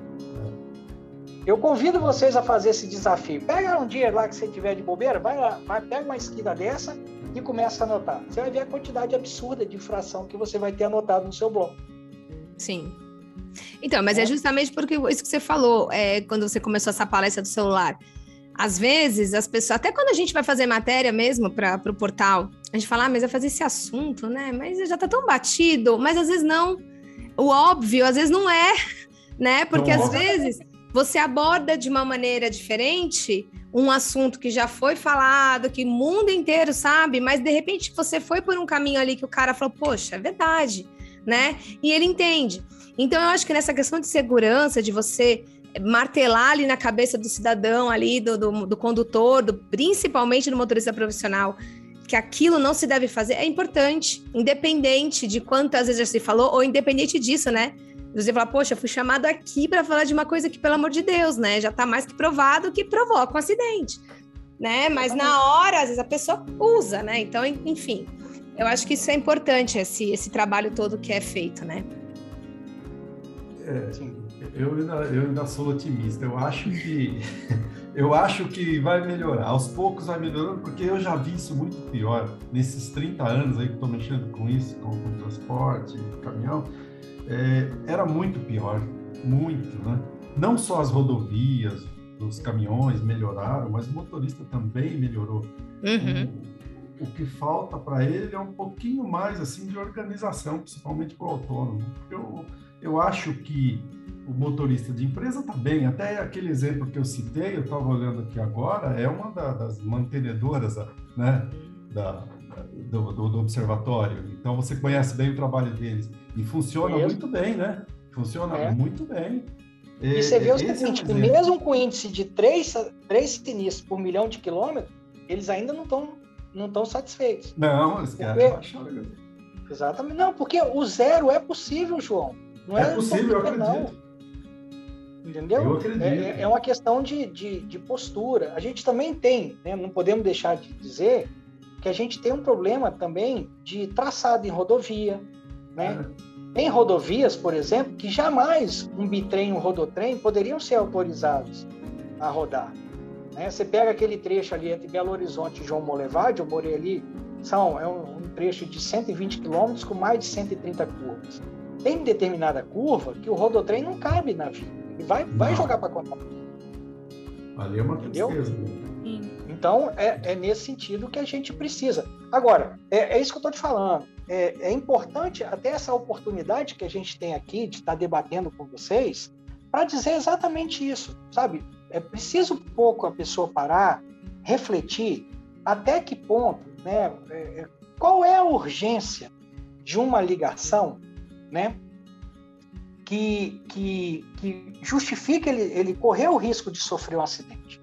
Eu convido vocês a fazer esse desafio. Pega um dia lá que você tiver de bobeira, vai lá, vai, pega uma esquina dessa e começa a anotar. Você vai ver a quantidade absurda de infração que você vai ter anotado no seu bloco. Sim. Então, mas é, é justamente porque isso que você falou, é, quando você começou essa palestra do celular. Às vezes, as pessoas, até quando a gente vai fazer matéria mesmo para o portal, a gente fala, ah, mas vai fazer esse assunto, né? Mas já tá tão batido, mas às vezes não. O óbvio, às vezes não é, né? Porque não. Às vezes você aborda de uma maneira diferente um assunto que já foi falado, que o mundo inteiro sabe, mas de repente você foi por um caminho ali que o cara falou, poxa, é verdade, né? E ele entende. Então, eu acho que nessa questão de segurança, de você martelar ali na cabeça do cidadão ali, do, do, do condutor, do, principalmente do motorista profissional, que aquilo não se deve fazer, é importante, independente de quantas vezes já se falou, ou independente disso, né? Você fala, poxa, fui chamado aqui para falar de uma coisa que, pelo amor de Deus, né? Já tá mais que provado que provoca um acidente, né? Mas na hora, às vezes, a pessoa usa, né? Então, enfim, eu acho que isso é importante, esse, esse trabalho todo que é feito, né? É, eu ainda, eu ainda sou otimista. Eu acho que eu acho que vai melhorar. Aos poucos vai melhorando, porque eu já vi isso muito pior. Nesses trinta anos aí que estou mexendo com isso, com, com transporte, caminhão, é, era muito pior, muito, né? Não só as rodovias, os caminhões melhoraram, mas o motorista também melhorou. Uhum. O, o que falta para ele é um pouquinho mais assim de organização, principalmente para o autônomo. Eu, eu acho que o motorista de empresa está bem. Até aquele exemplo que eu citei, eu estava olhando aqui agora, é uma da, das mantenedoras, né, da, do, do, do observatório. Então, você conhece bem o trabalho deles. E funciona mesmo. muito bem, né? Funciona é. muito bem. E, e você vê o seguinte, é um que mesmo com índice de três, três sinistros por milhão de quilômetros, eles ainda não estão não estão satisfeitos. Não, eles querem baixar. Exatamente. Não, porque o zero é possível, João. Não é, é possível, eu acredito. Não. Entendeu? Eu acredito. É, é uma questão de, de, de postura. A gente também tem, né, não podemos deixar de dizer que a gente tem um problema também de traçado em rodovia, né? É. Tem rodovias, por exemplo, que jamais um bitrem e um rodotrem poderiam ser autorizados a rodar. Né? Você pega aquele trecho ali entre Belo Horizonte e João Molevade, eu morei ali, são, é um, um trecho de cento e vinte quilômetros com mais de cento e trinta curvas. Tem determinada curva que o rodotrem não cabe na via, ele vai, vai jogar para conta. Ali é uma tristeza. Então, é, é nesse sentido que a gente precisa. Agora, é, é isso que eu estou te falando. É, é importante até essa oportunidade que a gente tem aqui de estar debatendo com vocês para dizer exatamente isso, sabe? É preciso um pouco a pessoa parar, refletir até que ponto, né? É, qual é a urgência de uma ligação, né? Que, que, que justifique ele, ele correr o risco de sofrer um acidente.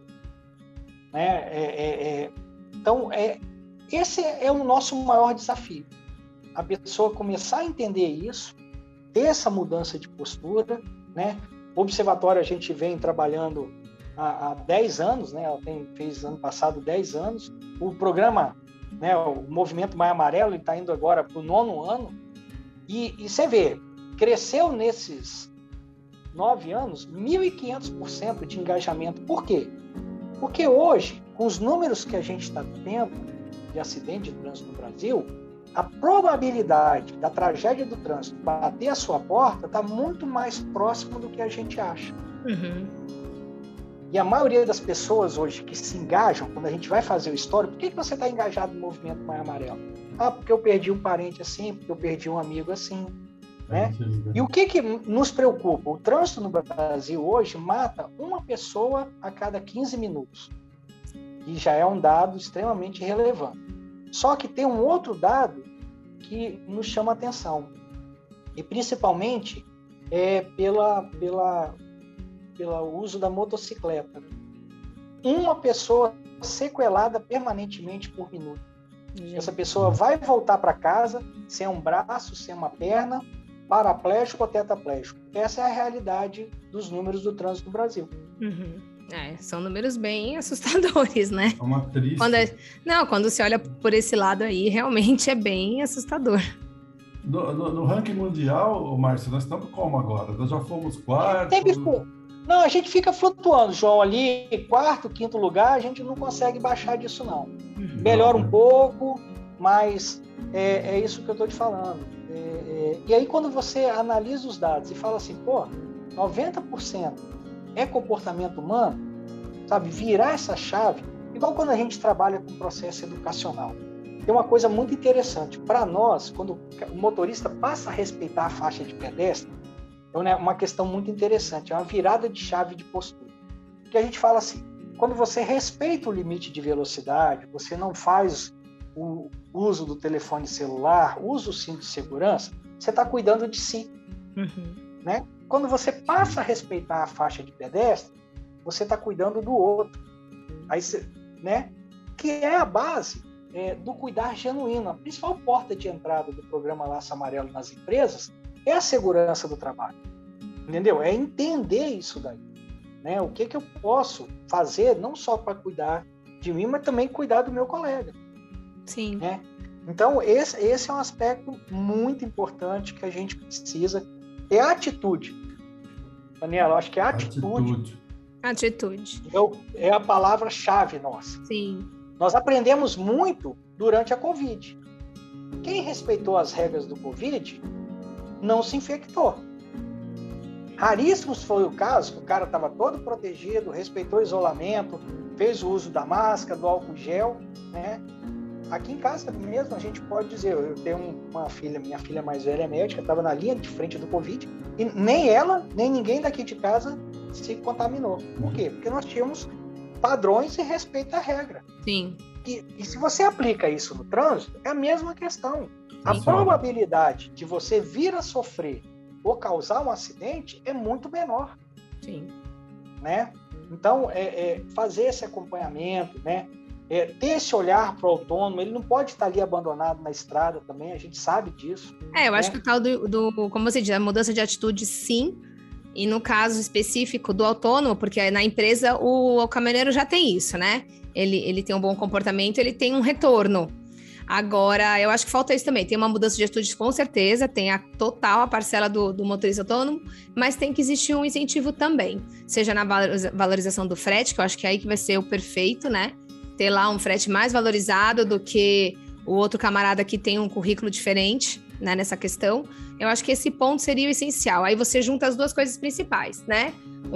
Né? É, é, é, então, é, esse é o nosso maior desafio. A pessoa começar a entender isso, ter essa mudança de postura, né? O observatório a gente vem trabalhando há, há dez anos, né? Ela tem, fez ano passado dez anos. O programa, né? O Movimento Maio Amarelo está indo agora para o nono ano. E, e você vê, cresceu nesses nove anos mil e quinhentos por cento de engajamento. Por quê? Porque hoje, com os números que a gente está tendo de acidente de trânsito no Brasil, a probabilidade da tragédia do trânsito bater a sua porta está muito mais próximo do que a gente acha. Uhum. E a maioria das pessoas hoje que se engajam, quando a gente vai fazer o histórico, por que, que você está engajado no Movimento Maio Amarelo? Ah, porque eu perdi um parente assim, porque eu perdi um amigo assim. Né? E o que, que nos preocupa? O trânsito no Brasil hoje mata uma pessoa a cada quinze minutos. E já é um dado extremamente relevante. Só que tem um outro dado que nos chama a atenção. E principalmente é pela, pela, pelo uso da motocicleta. Uma pessoa sequelada permanentemente por minuto. Gente. Essa pessoa vai voltar para casa sem um braço, sem uma perna, paraplégico ou tetraplégico. Essa é a realidade dos números do trânsito no Brasil. Uhum. É, são números bem assustadores, né? É uma triste. Quando é... Não, quando se olha por esse lado aí, realmente é bem assustador. No, no, no ranking mundial, Márcio, nós estamos como agora? Nós já fomos quarto? Sempre... Não, a gente fica flutuando, João, ali, quarto, quinto lugar, a gente não consegue baixar disso, não. Uhum. Melhora um pouco, mas é, é isso que eu estou te falando. É, é... E aí, quando você analisa os dados e fala assim, pô, noventa por cento é comportamento humano, sabe? Virar essa chave, igual quando a gente trabalha com processo educacional. Tem uma coisa muito interessante. Para nós, quando o motorista passa a respeitar a faixa de pedestre, é uma questão muito interessante, é uma virada de chave de postura. Porque a gente fala assim, quando você respeita o limite de velocidade, você não faz o uso do telefone celular, usa o cinto de segurança, você está cuidando de si. Uhum. Né? Quando você passa a respeitar a faixa de pedestre, você está cuidando do outro. Aí você, né? Que é a base é, do cuidar genuíno. A principal porta de entrada do programa Laço Amarelo nas empresas é a segurança do trabalho. Entendeu? É entender isso daí. Né? O que, que eu posso fazer, não só para cuidar de mim, mas também cuidar do meu colega. Sim. Né? Então, esse, esse é um aspecto muito importante que a gente precisa. É a atitude. Daniela, eu acho que é a atitude. Atitude. É, é a palavra-chave nossa. Sim. Nós aprendemos muito durante a Covid. Quem respeitou as regras do Covid não se infectou. Raríssimos foi o caso, que o cara estava todo protegido, respeitou o isolamento, fez o uso da máscara, do álcool gel, né? aqui em casa mesmo, a gente pode dizer, eu tenho uma filha, minha filha mais velha é médica, estava na linha de frente do Covid, e nem ela, nem ninguém daqui de casa se contaminou. Por quê? Porque nós tínhamos padrões e respeito à regra. Sim. E, e se você aplica isso no trânsito, é a mesma questão. A Sim. probabilidade de você vir a sofrer ou causar um acidente é muito menor. Sim. Né? Então, é, é, fazer esse acompanhamento, né? É, ter esse olhar para o autônomo, ele não pode estar ali abandonado na estrada também, a gente sabe disso. É, eu né? acho que o tal do, do, como você diz, a mudança de atitude, sim, e no caso específico do autônomo, porque na empresa o, o caminhoneiro já tem isso, né? Ele, ele tem um bom comportamento, ele tem um retorno. Agora, eu acho que falta isso também. Tem uma mudança de atitude, com certeza, tem a total a parcela do, do motorista autônomo, mas tem que existir um incentivo também, seja na valorização do frete, que eu acho que é aí que vai ser o perfeito, né? Ter lá um frete mais valorizado do que o outro camarada que tem um currículo diferente, né, nessa questão. Eu acho que esse ponto seria o essencial. Aí você junta as duas coisas principais, né?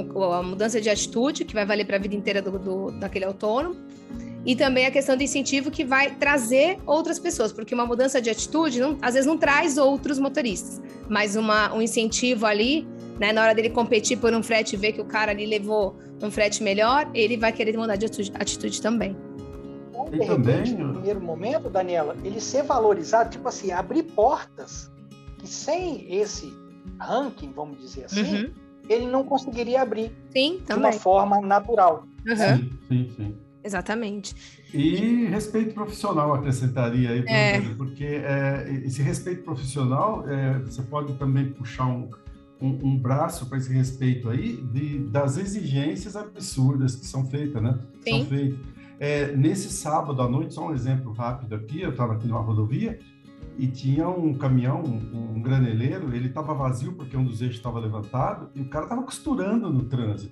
A mudança de atitude, que vai valer para a vida inteira do, do, daquele autônomo, e também a questão do incentivo que vai trazer outras pessoas, porque uma mudança de atitude, não, às vezes, não traz outros motoristas, mas uma, um incentivo ali, né, na hora dele competir por um frete e ver que o cara ali levou um frete melhor, ele vai querer mudar de atitude, atitude também. De repente, no primeiro momento, Daniela, ele ser valorizado, tipo assim, abrir portas que sem esse ranking, vamos dizer assim, uhum. ele não conseguiria abrir sim, de também. uma forma natural. Uhum. Sim, sim, sim. Exatamente. E respeito profissional, acrescentaria aí, é. porque é, esse respeito profissional, é, você pode também puxar um, um, um braço para esse respeito aí de, das exigências absurdas que são feitas, né? Sim. São feitas. É, nesse sábado à noite, só um exemplo rápido aqui, eu estava aqui numa rodovia e tinha um caminhão, um, um graneleiro, ele estava vazio porque um dos eixos estava levantado e o cara estava costurando no trânsito,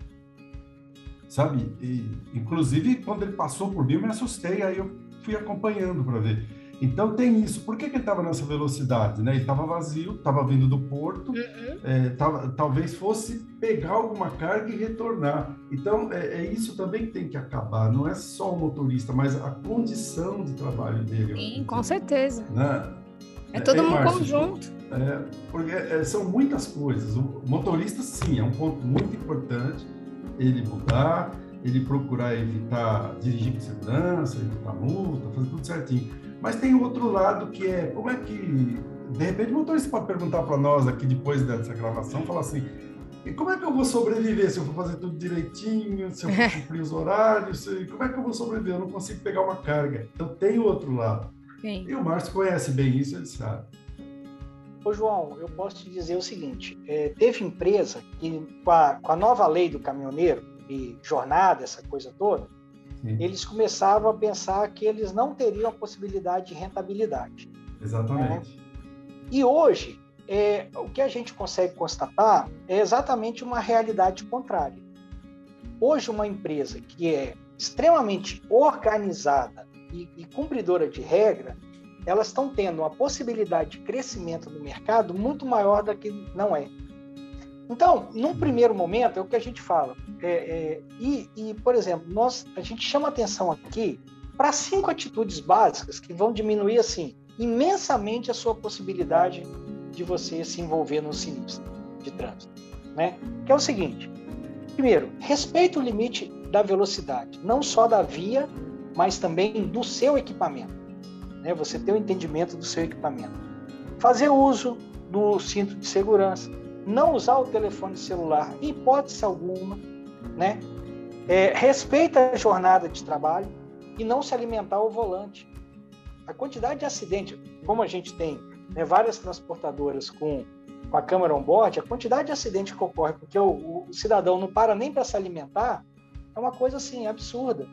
sabe? E, inclusive, quando ele passou por mim, eu me assustei, aí eu fui acompanhando para ver. Então, tem isso. Por que, que ele estava nessa velocidade? Né? Ele estava vazio, estava vindo do porto, uhum. é, tava, talvez fosse pegar alguma carga e retornar. Então, é, é isso também que tem que acabar. Não é só o motorista, mas a condição de trabalho dele. Sim, com certeza. Né? É todo é, um Márcio, conjunto. É, porque é, são muitas coisas. O motorista, sim, é um ponto muito importante. Ele mudar, ele procurar evitar dirigir com segurança, evitar multa, fazer tudo certinho. Mas tem o outro lado que é, como é que, de repente, o motorista pode perguntar para nós aqui depois dessa gravação, falar assim, e como é que eu vou sobreviver se eu for fazer tudo direitinho, se eu for cumprir os horários, se, como é que eu vou sobreviver? Eu não consigo pegar uma carga. Então tem o outro lado. Sim. E o Márcio conhece bem isso, ele sabe. Ô João, eu posso te dizer o seguinte, é, teve empresa que com a, com a nova lei do caminhoneiro e jornada, essa coisa toda, sim, eles começavam a pensar que eles não teriam a possibilidade de rentabilidade. Exatamente. Né? E hoje, é, o que a gente consegue constatar é exatamente uma realidade contrária. Hoje, uma empresa que é extremamente organizada e, e cumpridora de regra, elas estão tendo uma possibilidade de crescimento no mercado muito maior do que não é. Então, num primeiro momento, é o que a gente fala. É, é, e, e, por exemplo, nós, a gente chama atenção aqui para cinco atitudes básicas que vão diminuir, assim, imensamente a sua possibilidade de você se envolver no sinistro de trânsito, né? Que é o seguinte. Primeiro, respeite o limite da velocidade, não só da via, mas também do seu equipamento. Né? Você ter o entendimento do seu equipamento. Fazer uso do cinto de segurança. Não usar o telefone celular, em hipótese alguma, né? É, respeita a jornada de trabalho e não se alimentar ao volante. A quantidade de acidentes, como a gente tem, né, várias transportadoras com, com a câmera on-board, a quantidade de acidentes que ocorre porque o, o cidadão não para nem para se alimentar é uma coisa assim absurda,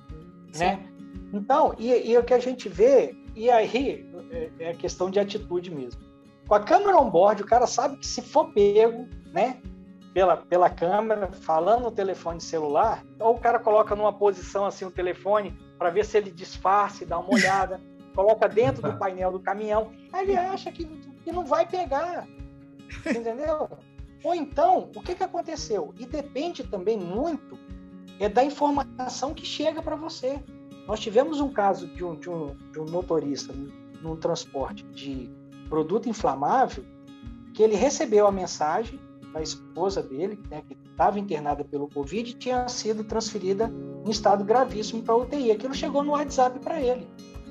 né? Então, e, e o que a gente vê, e aí é, é a questão de atitude mesmo. Com a câmera on-board, o cara sabe que se for pego, né, pela, pela câmera, falando no telefone celular, ou o cara coloca numa posição assim o telefone para ver se ele disfarça e dá uma olhada, coloca dentro do painel do caminhão, aí ele acha que, que não vai pegar, entendeu? Ou então, o que, que aconteceu? E depende também muito é da informação que chega para você. Nós tivemos um caso de um, de um, de um motorista num transporte de produto inflamável, que ele recebeu a mensagem da esposa dele, né, que estava internada pelo Covid e tinha sido transferida em estado gravíssimo para a U T I. Aquilo chegou no WhatsApp para ele.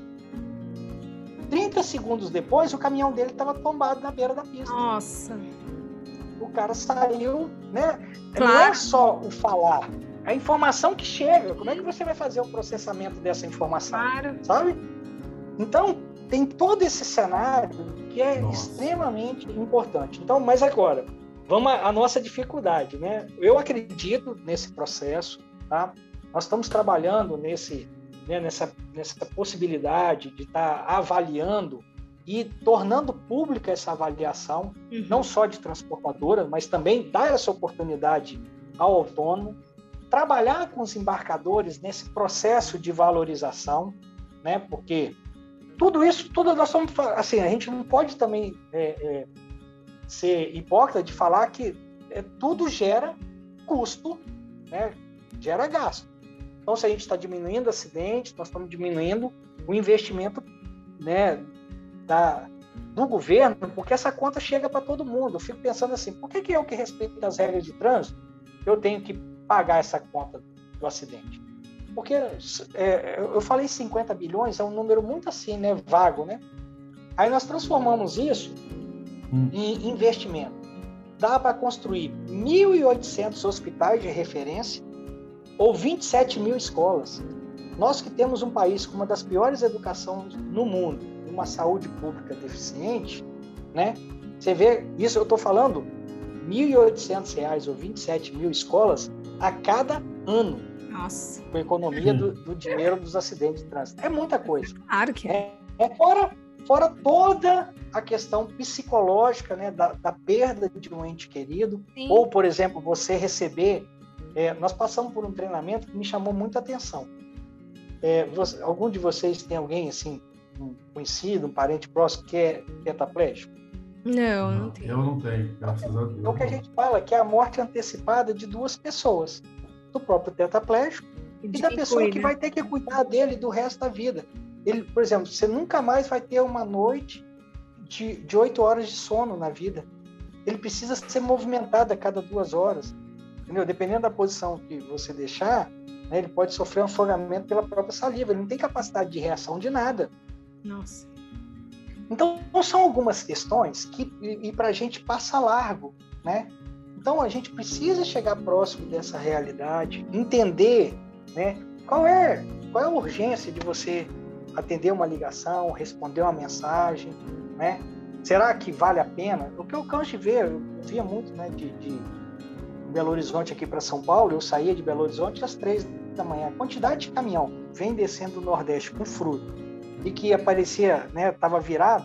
trinta segundos depois, o caminhão dele estava tombado na beira da pista. Nossa! O cara saiu, né? Claro. Não é só o falar, é a informação que chega. Como é que você vai fazer o processamento dessa informação? Claro. Sabe? Então, tem todo esse cenário que é Nossa. extremamente importante. Então, mas agora, vamos à nossa dificuldade, né? Eu acredito nesse processo, tá? Nós estamos trabalhando nesse, né, nessa, nessa possibilidade de estar tá avaliando e tornando pública essa avaliação, uhum. não só de transportadora, mas também dar essa oportunidade ao autônomo, trabalhar com os embarcadores nesse processo de valorização, né? Porque tudo isso, tudo nós estamos, assim, a gente não pode também é, é, ser hipócrita de falar que é, tudo gera custo, né? Gera gasto. Então, se a gente está diminuindo acidentes, nós estamos diminuindo o investimento, né, da, do governo, porque essa conta chega para todo mundo. Eu fico pensando assim, por que, que eu que respeito as regras de trânsito, eu tenho que pagar essa conta do acidente? Porque é, eu falei cinquenta bilhões, é um número muito assim, né, vago, né? Aí nós transformamos isso hum. em investimento. Dá para construir mil e oitocentos hospitais de referência ou vinte e sete mil escolas. Nós que temos um país com uma das piores educações no mundo, uma saúde pública deficiente, né? Você vê, isso eu estou falando, mil e oitocentos reais ou vinte e sete mil escolas a cada ano. Nossa. Com a economia do, do dinheiro dos acidentes de trânsito. É muita coisa. Claro que é. É, é fora, fora toda a questão psicológica, né, da, da perda de um ente querido. Sim. Ou, por exemplo, você receber... É, nós passamos por um treinamento que me chamou muita atenção. É, você, algum de vocês tem alguém, assim, um conhecido, um parente próximo que é tetraplégico? Não, não tenho. Eu não tenho, graças a Deus. Então, o que a gente fala é que é a morte antecipada de duas pessoas. Do próprio tetraplégico e da pessoa cuida. Que vai ter que cuidar dele do resto da vida. Ele, por exemplo, você nunca mais vai ter uma noite de, de oito horas de sono na vida. Ele precisa ser movimentado a cada duas horas. Entendeu? Dependendo da posição que você deixar, né, ele pode sofrer um afogamento pela própria saliva. Ele não tem capacidade de reação de nada. Nossa. Então, são algumas questões que e, e para a gente passa largo, né? Então, a gente precisa chegar próximo dessa realidade, entender, né, qual é, qual é a urgência de você atender uma ligação, responder uma mensagem, né? Será que vale a pena? O que eu canso de ver, eu via muito, né, de, de Belo Horizonte aqui para São Paulo, eu saía de Belo Horizonte às três da manhã. A quantidade de caminhão vem descendo do Nordeste com fruto e que aparecia, né, estava virado,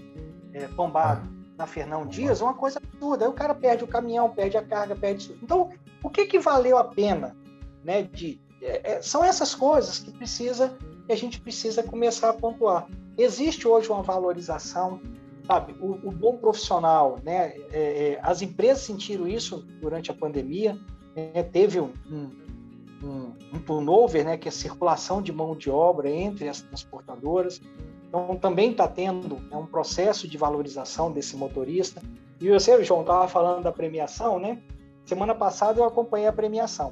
é, tombado, na Fernão Dias, uma coisa absurda. Aí o cara perde o caminhão, perde a carga, perde isso. Então, o que que valeu a pena, né? De, é, são essas coisas que precisa, que a gente precisa começar a pontuar. Existe hoje uma valorização, sabe? O, o bom profissional, né? É, é, as empresas sentiram isso durante a pandemia, né? Teve um, um, um, um turnover, né? Que é a circulação de mão de obra entre as transportadoras. Então, também está tendo, né, um processo de valorização desse motorista. E você, João, estava falando da premiação, né? Semana passada eu acompanhei a premiação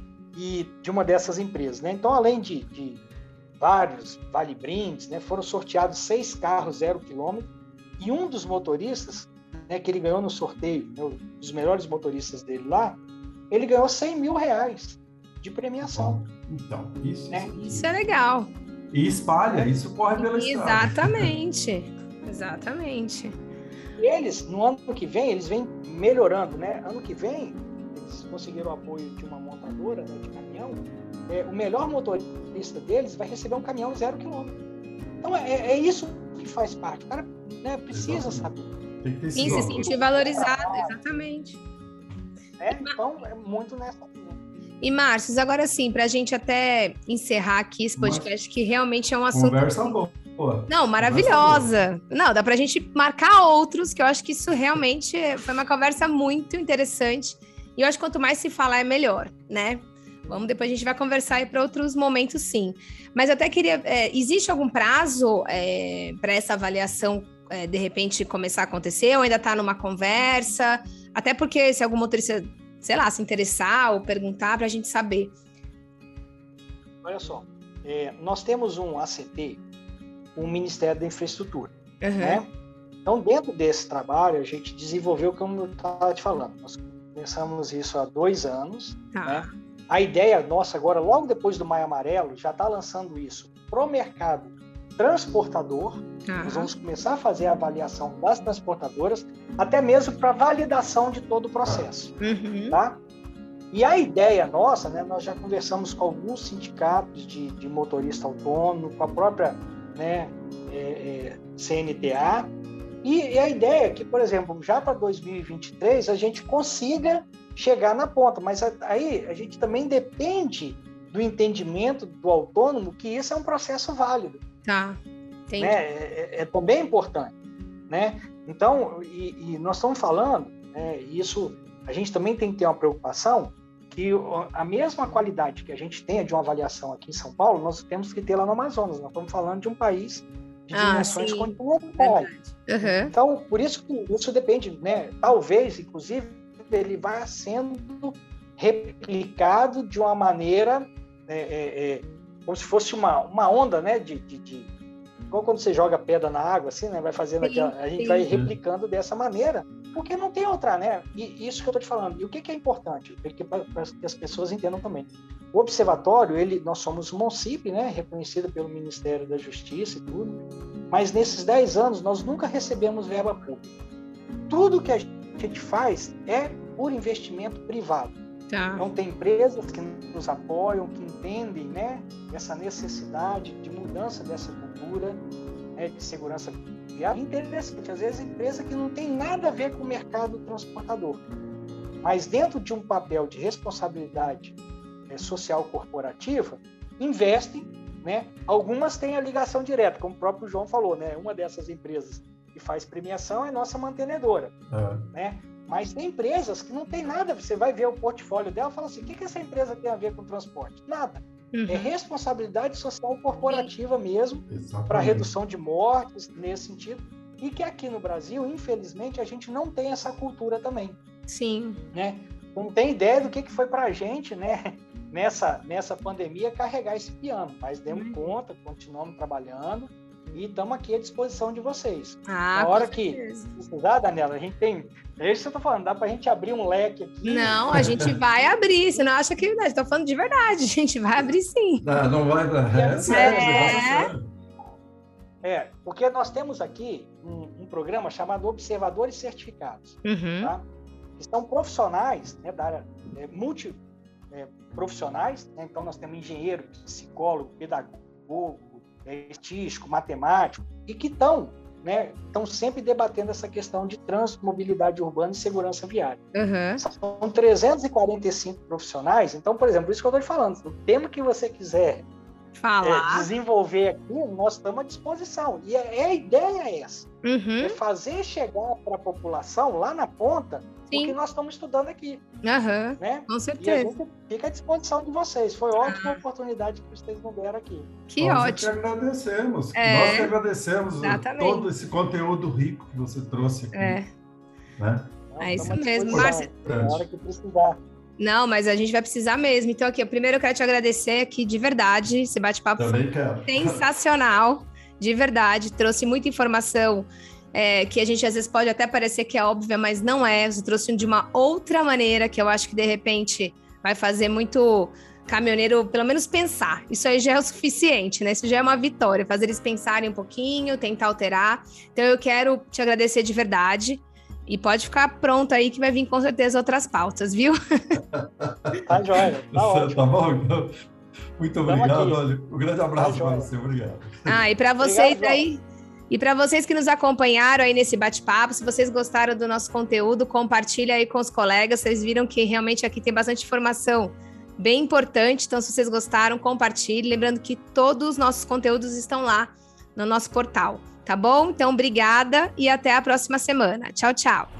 e de uma dessas empresas, né? Então, além de, de vários vale-brindes, né, foram sorteados seis carros zero quilômetro e um dos motoristas, né, que ele ganhou no sorteio, né, um dos melhores motoristas dele lá, ele ganhou cem mil reais de premiação. Então, isso, né? Isso é legal. E espalha, isso corre pela estrada. Exatamente, exatamente. E eles, no ano que vem, eles vêm melhorando, né? Ano que vem, eles conseguiram o apoio de uma montadora, né, de caminhão. É, o melhor motorista deles vai receber um caminhão zero quilômetro. Então, é, é isso que faz parte. O cara, né, precisa saber. Tem que ter Sim, se sentir valorizado, exatamente. É, então, é muito nessa... E, Márcio, agora sim, para a gente até encerrar aqui esse podcast, que realmente é um assunto... Conversa boa. Não, maravilhosa. Não, dá para a gente marcar outros, que eu acho que isso realmente foi uma conversa muito interessante. E eu acho que quanto mais se falar, é melhor, né? Vamos, depois a gente vai conversar aí para outros momentos, sim. Mas eu até queria... É, existe algum prazo é, para essa avaliação, é, de repente, começar a acontecer? Ou ainda está numa conversa? Até porque se algum motorista, sei lá, se interessar ou perguntar para a gente saber. Olha só, é, nós temos um A C T, um Ministério da Infraestrutura, uhum. né? Então, dentro desse trabalho, a gente desenvolveu, como eu estava te falando, nós começamos isso há dois anos, tá. né? A ideia nossa agora, logo depois do Maio Amarelo, já está lançando isso para o mercado transportador. Uhum. Nós vamos começar a fazer a avaliação das transportadoras, até mesmo para validação de todo o processo. Uhum. Tá? E a ideia nossa, né, nós já conversamos com alguns sindicatos de, de motorista autônomo, com a própria né, é, é, C N T A, e, e a ideia é que, por exemplo, já para dois mil e vinte e três a gente consiga chegar na ponta, mas aí a gente também depende do entendimento do autônomo que isso é um processo válido. Tá, entendi. Né? É, é, é também importante, né? Então, e, e nós estamos falando, né, isso a gente também tem que ter uma preocupação que a mesma qualidade que a gente tem de uma avaliação aqui em São Paulo, nós temos que ter lá no Amazonas. Nós estamos falando de um país de ah, dimensões continentais. Uhum. Então, por isso que isso depende, né? Talvez, inclusive, ele vai sendo replicado de uma maneira é, é, é, como se fosse uma, uma onda, né? De, de, de, igual quando você joga pedra na água, assim, né? Vai fazendo sim, aquela, a gente sim. vai replicando dessa maneira, porque não tem outra, né? E isso que eu estou te falando. E o que, que é importante? Para que as pessoas entendam também. O observatório, ele, nós somos MONCIP, né? Reconhecido pelo Ministério da Justiça e tudo, mas nesses dez anos nós nunca recebemos verba pública. Tudo que a gente faz é por investimento privado. Tá. Então tem empresas que nos apoiam, que entendem, né, essa necessidade de mudança dessa cultura, né, de segurança viária. Interessante, às vezes empresa que não tem nada a ver com o mercado transportador, mas dentro de um papel de responsabilidade é, social corporativa, investem, né, algumas têm a ligação direta, como o próprio João falou, né, uma dessas empresas que faz premiação é nossa mantenedora, é. né? Mas tem empresas que não tem nada, você vai ver o portfólio dela e fala assim, o que, que essa empresa tem a ver com transporte? Nada. Uhum. É responsabilidade social corporativa mesmo, para redução de mortes, nesse sentido, e que aqui no Brasil, infelizmente, a gente não tem essa cultura também. Sim. Né? Não tem ideia do que, que foi para a gente, né, nessa, nessa pandemia, carregar esse piano, mas demos uhum. conta, continuamos trabalhando, e estamos aqui à disposição de vocês. Ah, na hora que precisar, Daniela, a gente tem... É isso que eu estou falando, dá para a gente abrir um leque aqui. Não, a gente vai abrir, você não acha que... Estou falando de verdade, a gente vai abrir sim. Não, não vai... É, é sério, é... é, porque nós temos aqui um, um programa chamado Observadores Certificados, uhum. tá? Que são profissionais, né, da área é, multiprofissionais, né? Então nós temos engenheiro, psicólogo, pedagogo, estatístico, matemático, e que estão, né, estão sempre debatendo essa questão de trânsito, mobilidade urbana e segurança viária. Uhum. São trezentos e quarenta e cinco profissionais, então, por exemplo, isso que eu estou te falando, o tema que você quiser falar, é, desenvolver aqui, nós estamos à disposição. E é, a ideia é essa, uhum. é fazer chegar para a população lá na ponta Sim. o que nós estamos estudando aqui. Uhum. Né? Com certeza. E a gente fica à disposição de vocês. Foi ótima ah. oportunidade que vocês nos deram aqui. Que nós ótimo. Nós que agradecemos. É. Nós que agradecemos Exatamente. todo esse conteúdo rico que você trouxe aqui. É, né? é isso mesmo. Márcia, na hora que precisar. Não, mas a gente vai precisar mesmo. Então, aqui, primeiro eu quero te agradecer aqui de verdade. Esse bate-papo foi quero. sensacional, de verdade. Trouxe muita informação é, que a gente às vezes pode até parecer que é óbvia, mas não é. Você trouxe de uma outra maneira que eu acho que de repente vai fazer muito caminhoneiro, pelo menos pensar. Isso aí já é o suficiente, né? Isso já é uma vitória, fazer eles pensarem um pouquinho, tentar alterar. Então eu quero te agradecer de verdade. E pode ficar pronto aí que vai vir com certeza outras pautas, viu? Tá joia, tá ótimo. Tá bom? Muito obrigado, olha. Um grande abraço tá para você, obrigado. Ah, e para vocês obrigado, aí, e para vocês que nos acompanharam aí nesse bate-papo, se vocês gostaram do nosso conteúdo, compartilha aí com os colegas. Vocês viram que realmente aqui tem bastante informação bem importante, então se vocês gostaram, compartilhe. Lembrando que todos os nossos conteúdos estão lá no nosso portal. Tá bom? Então, obrigada e até a próxima semana. Tchau, tchau.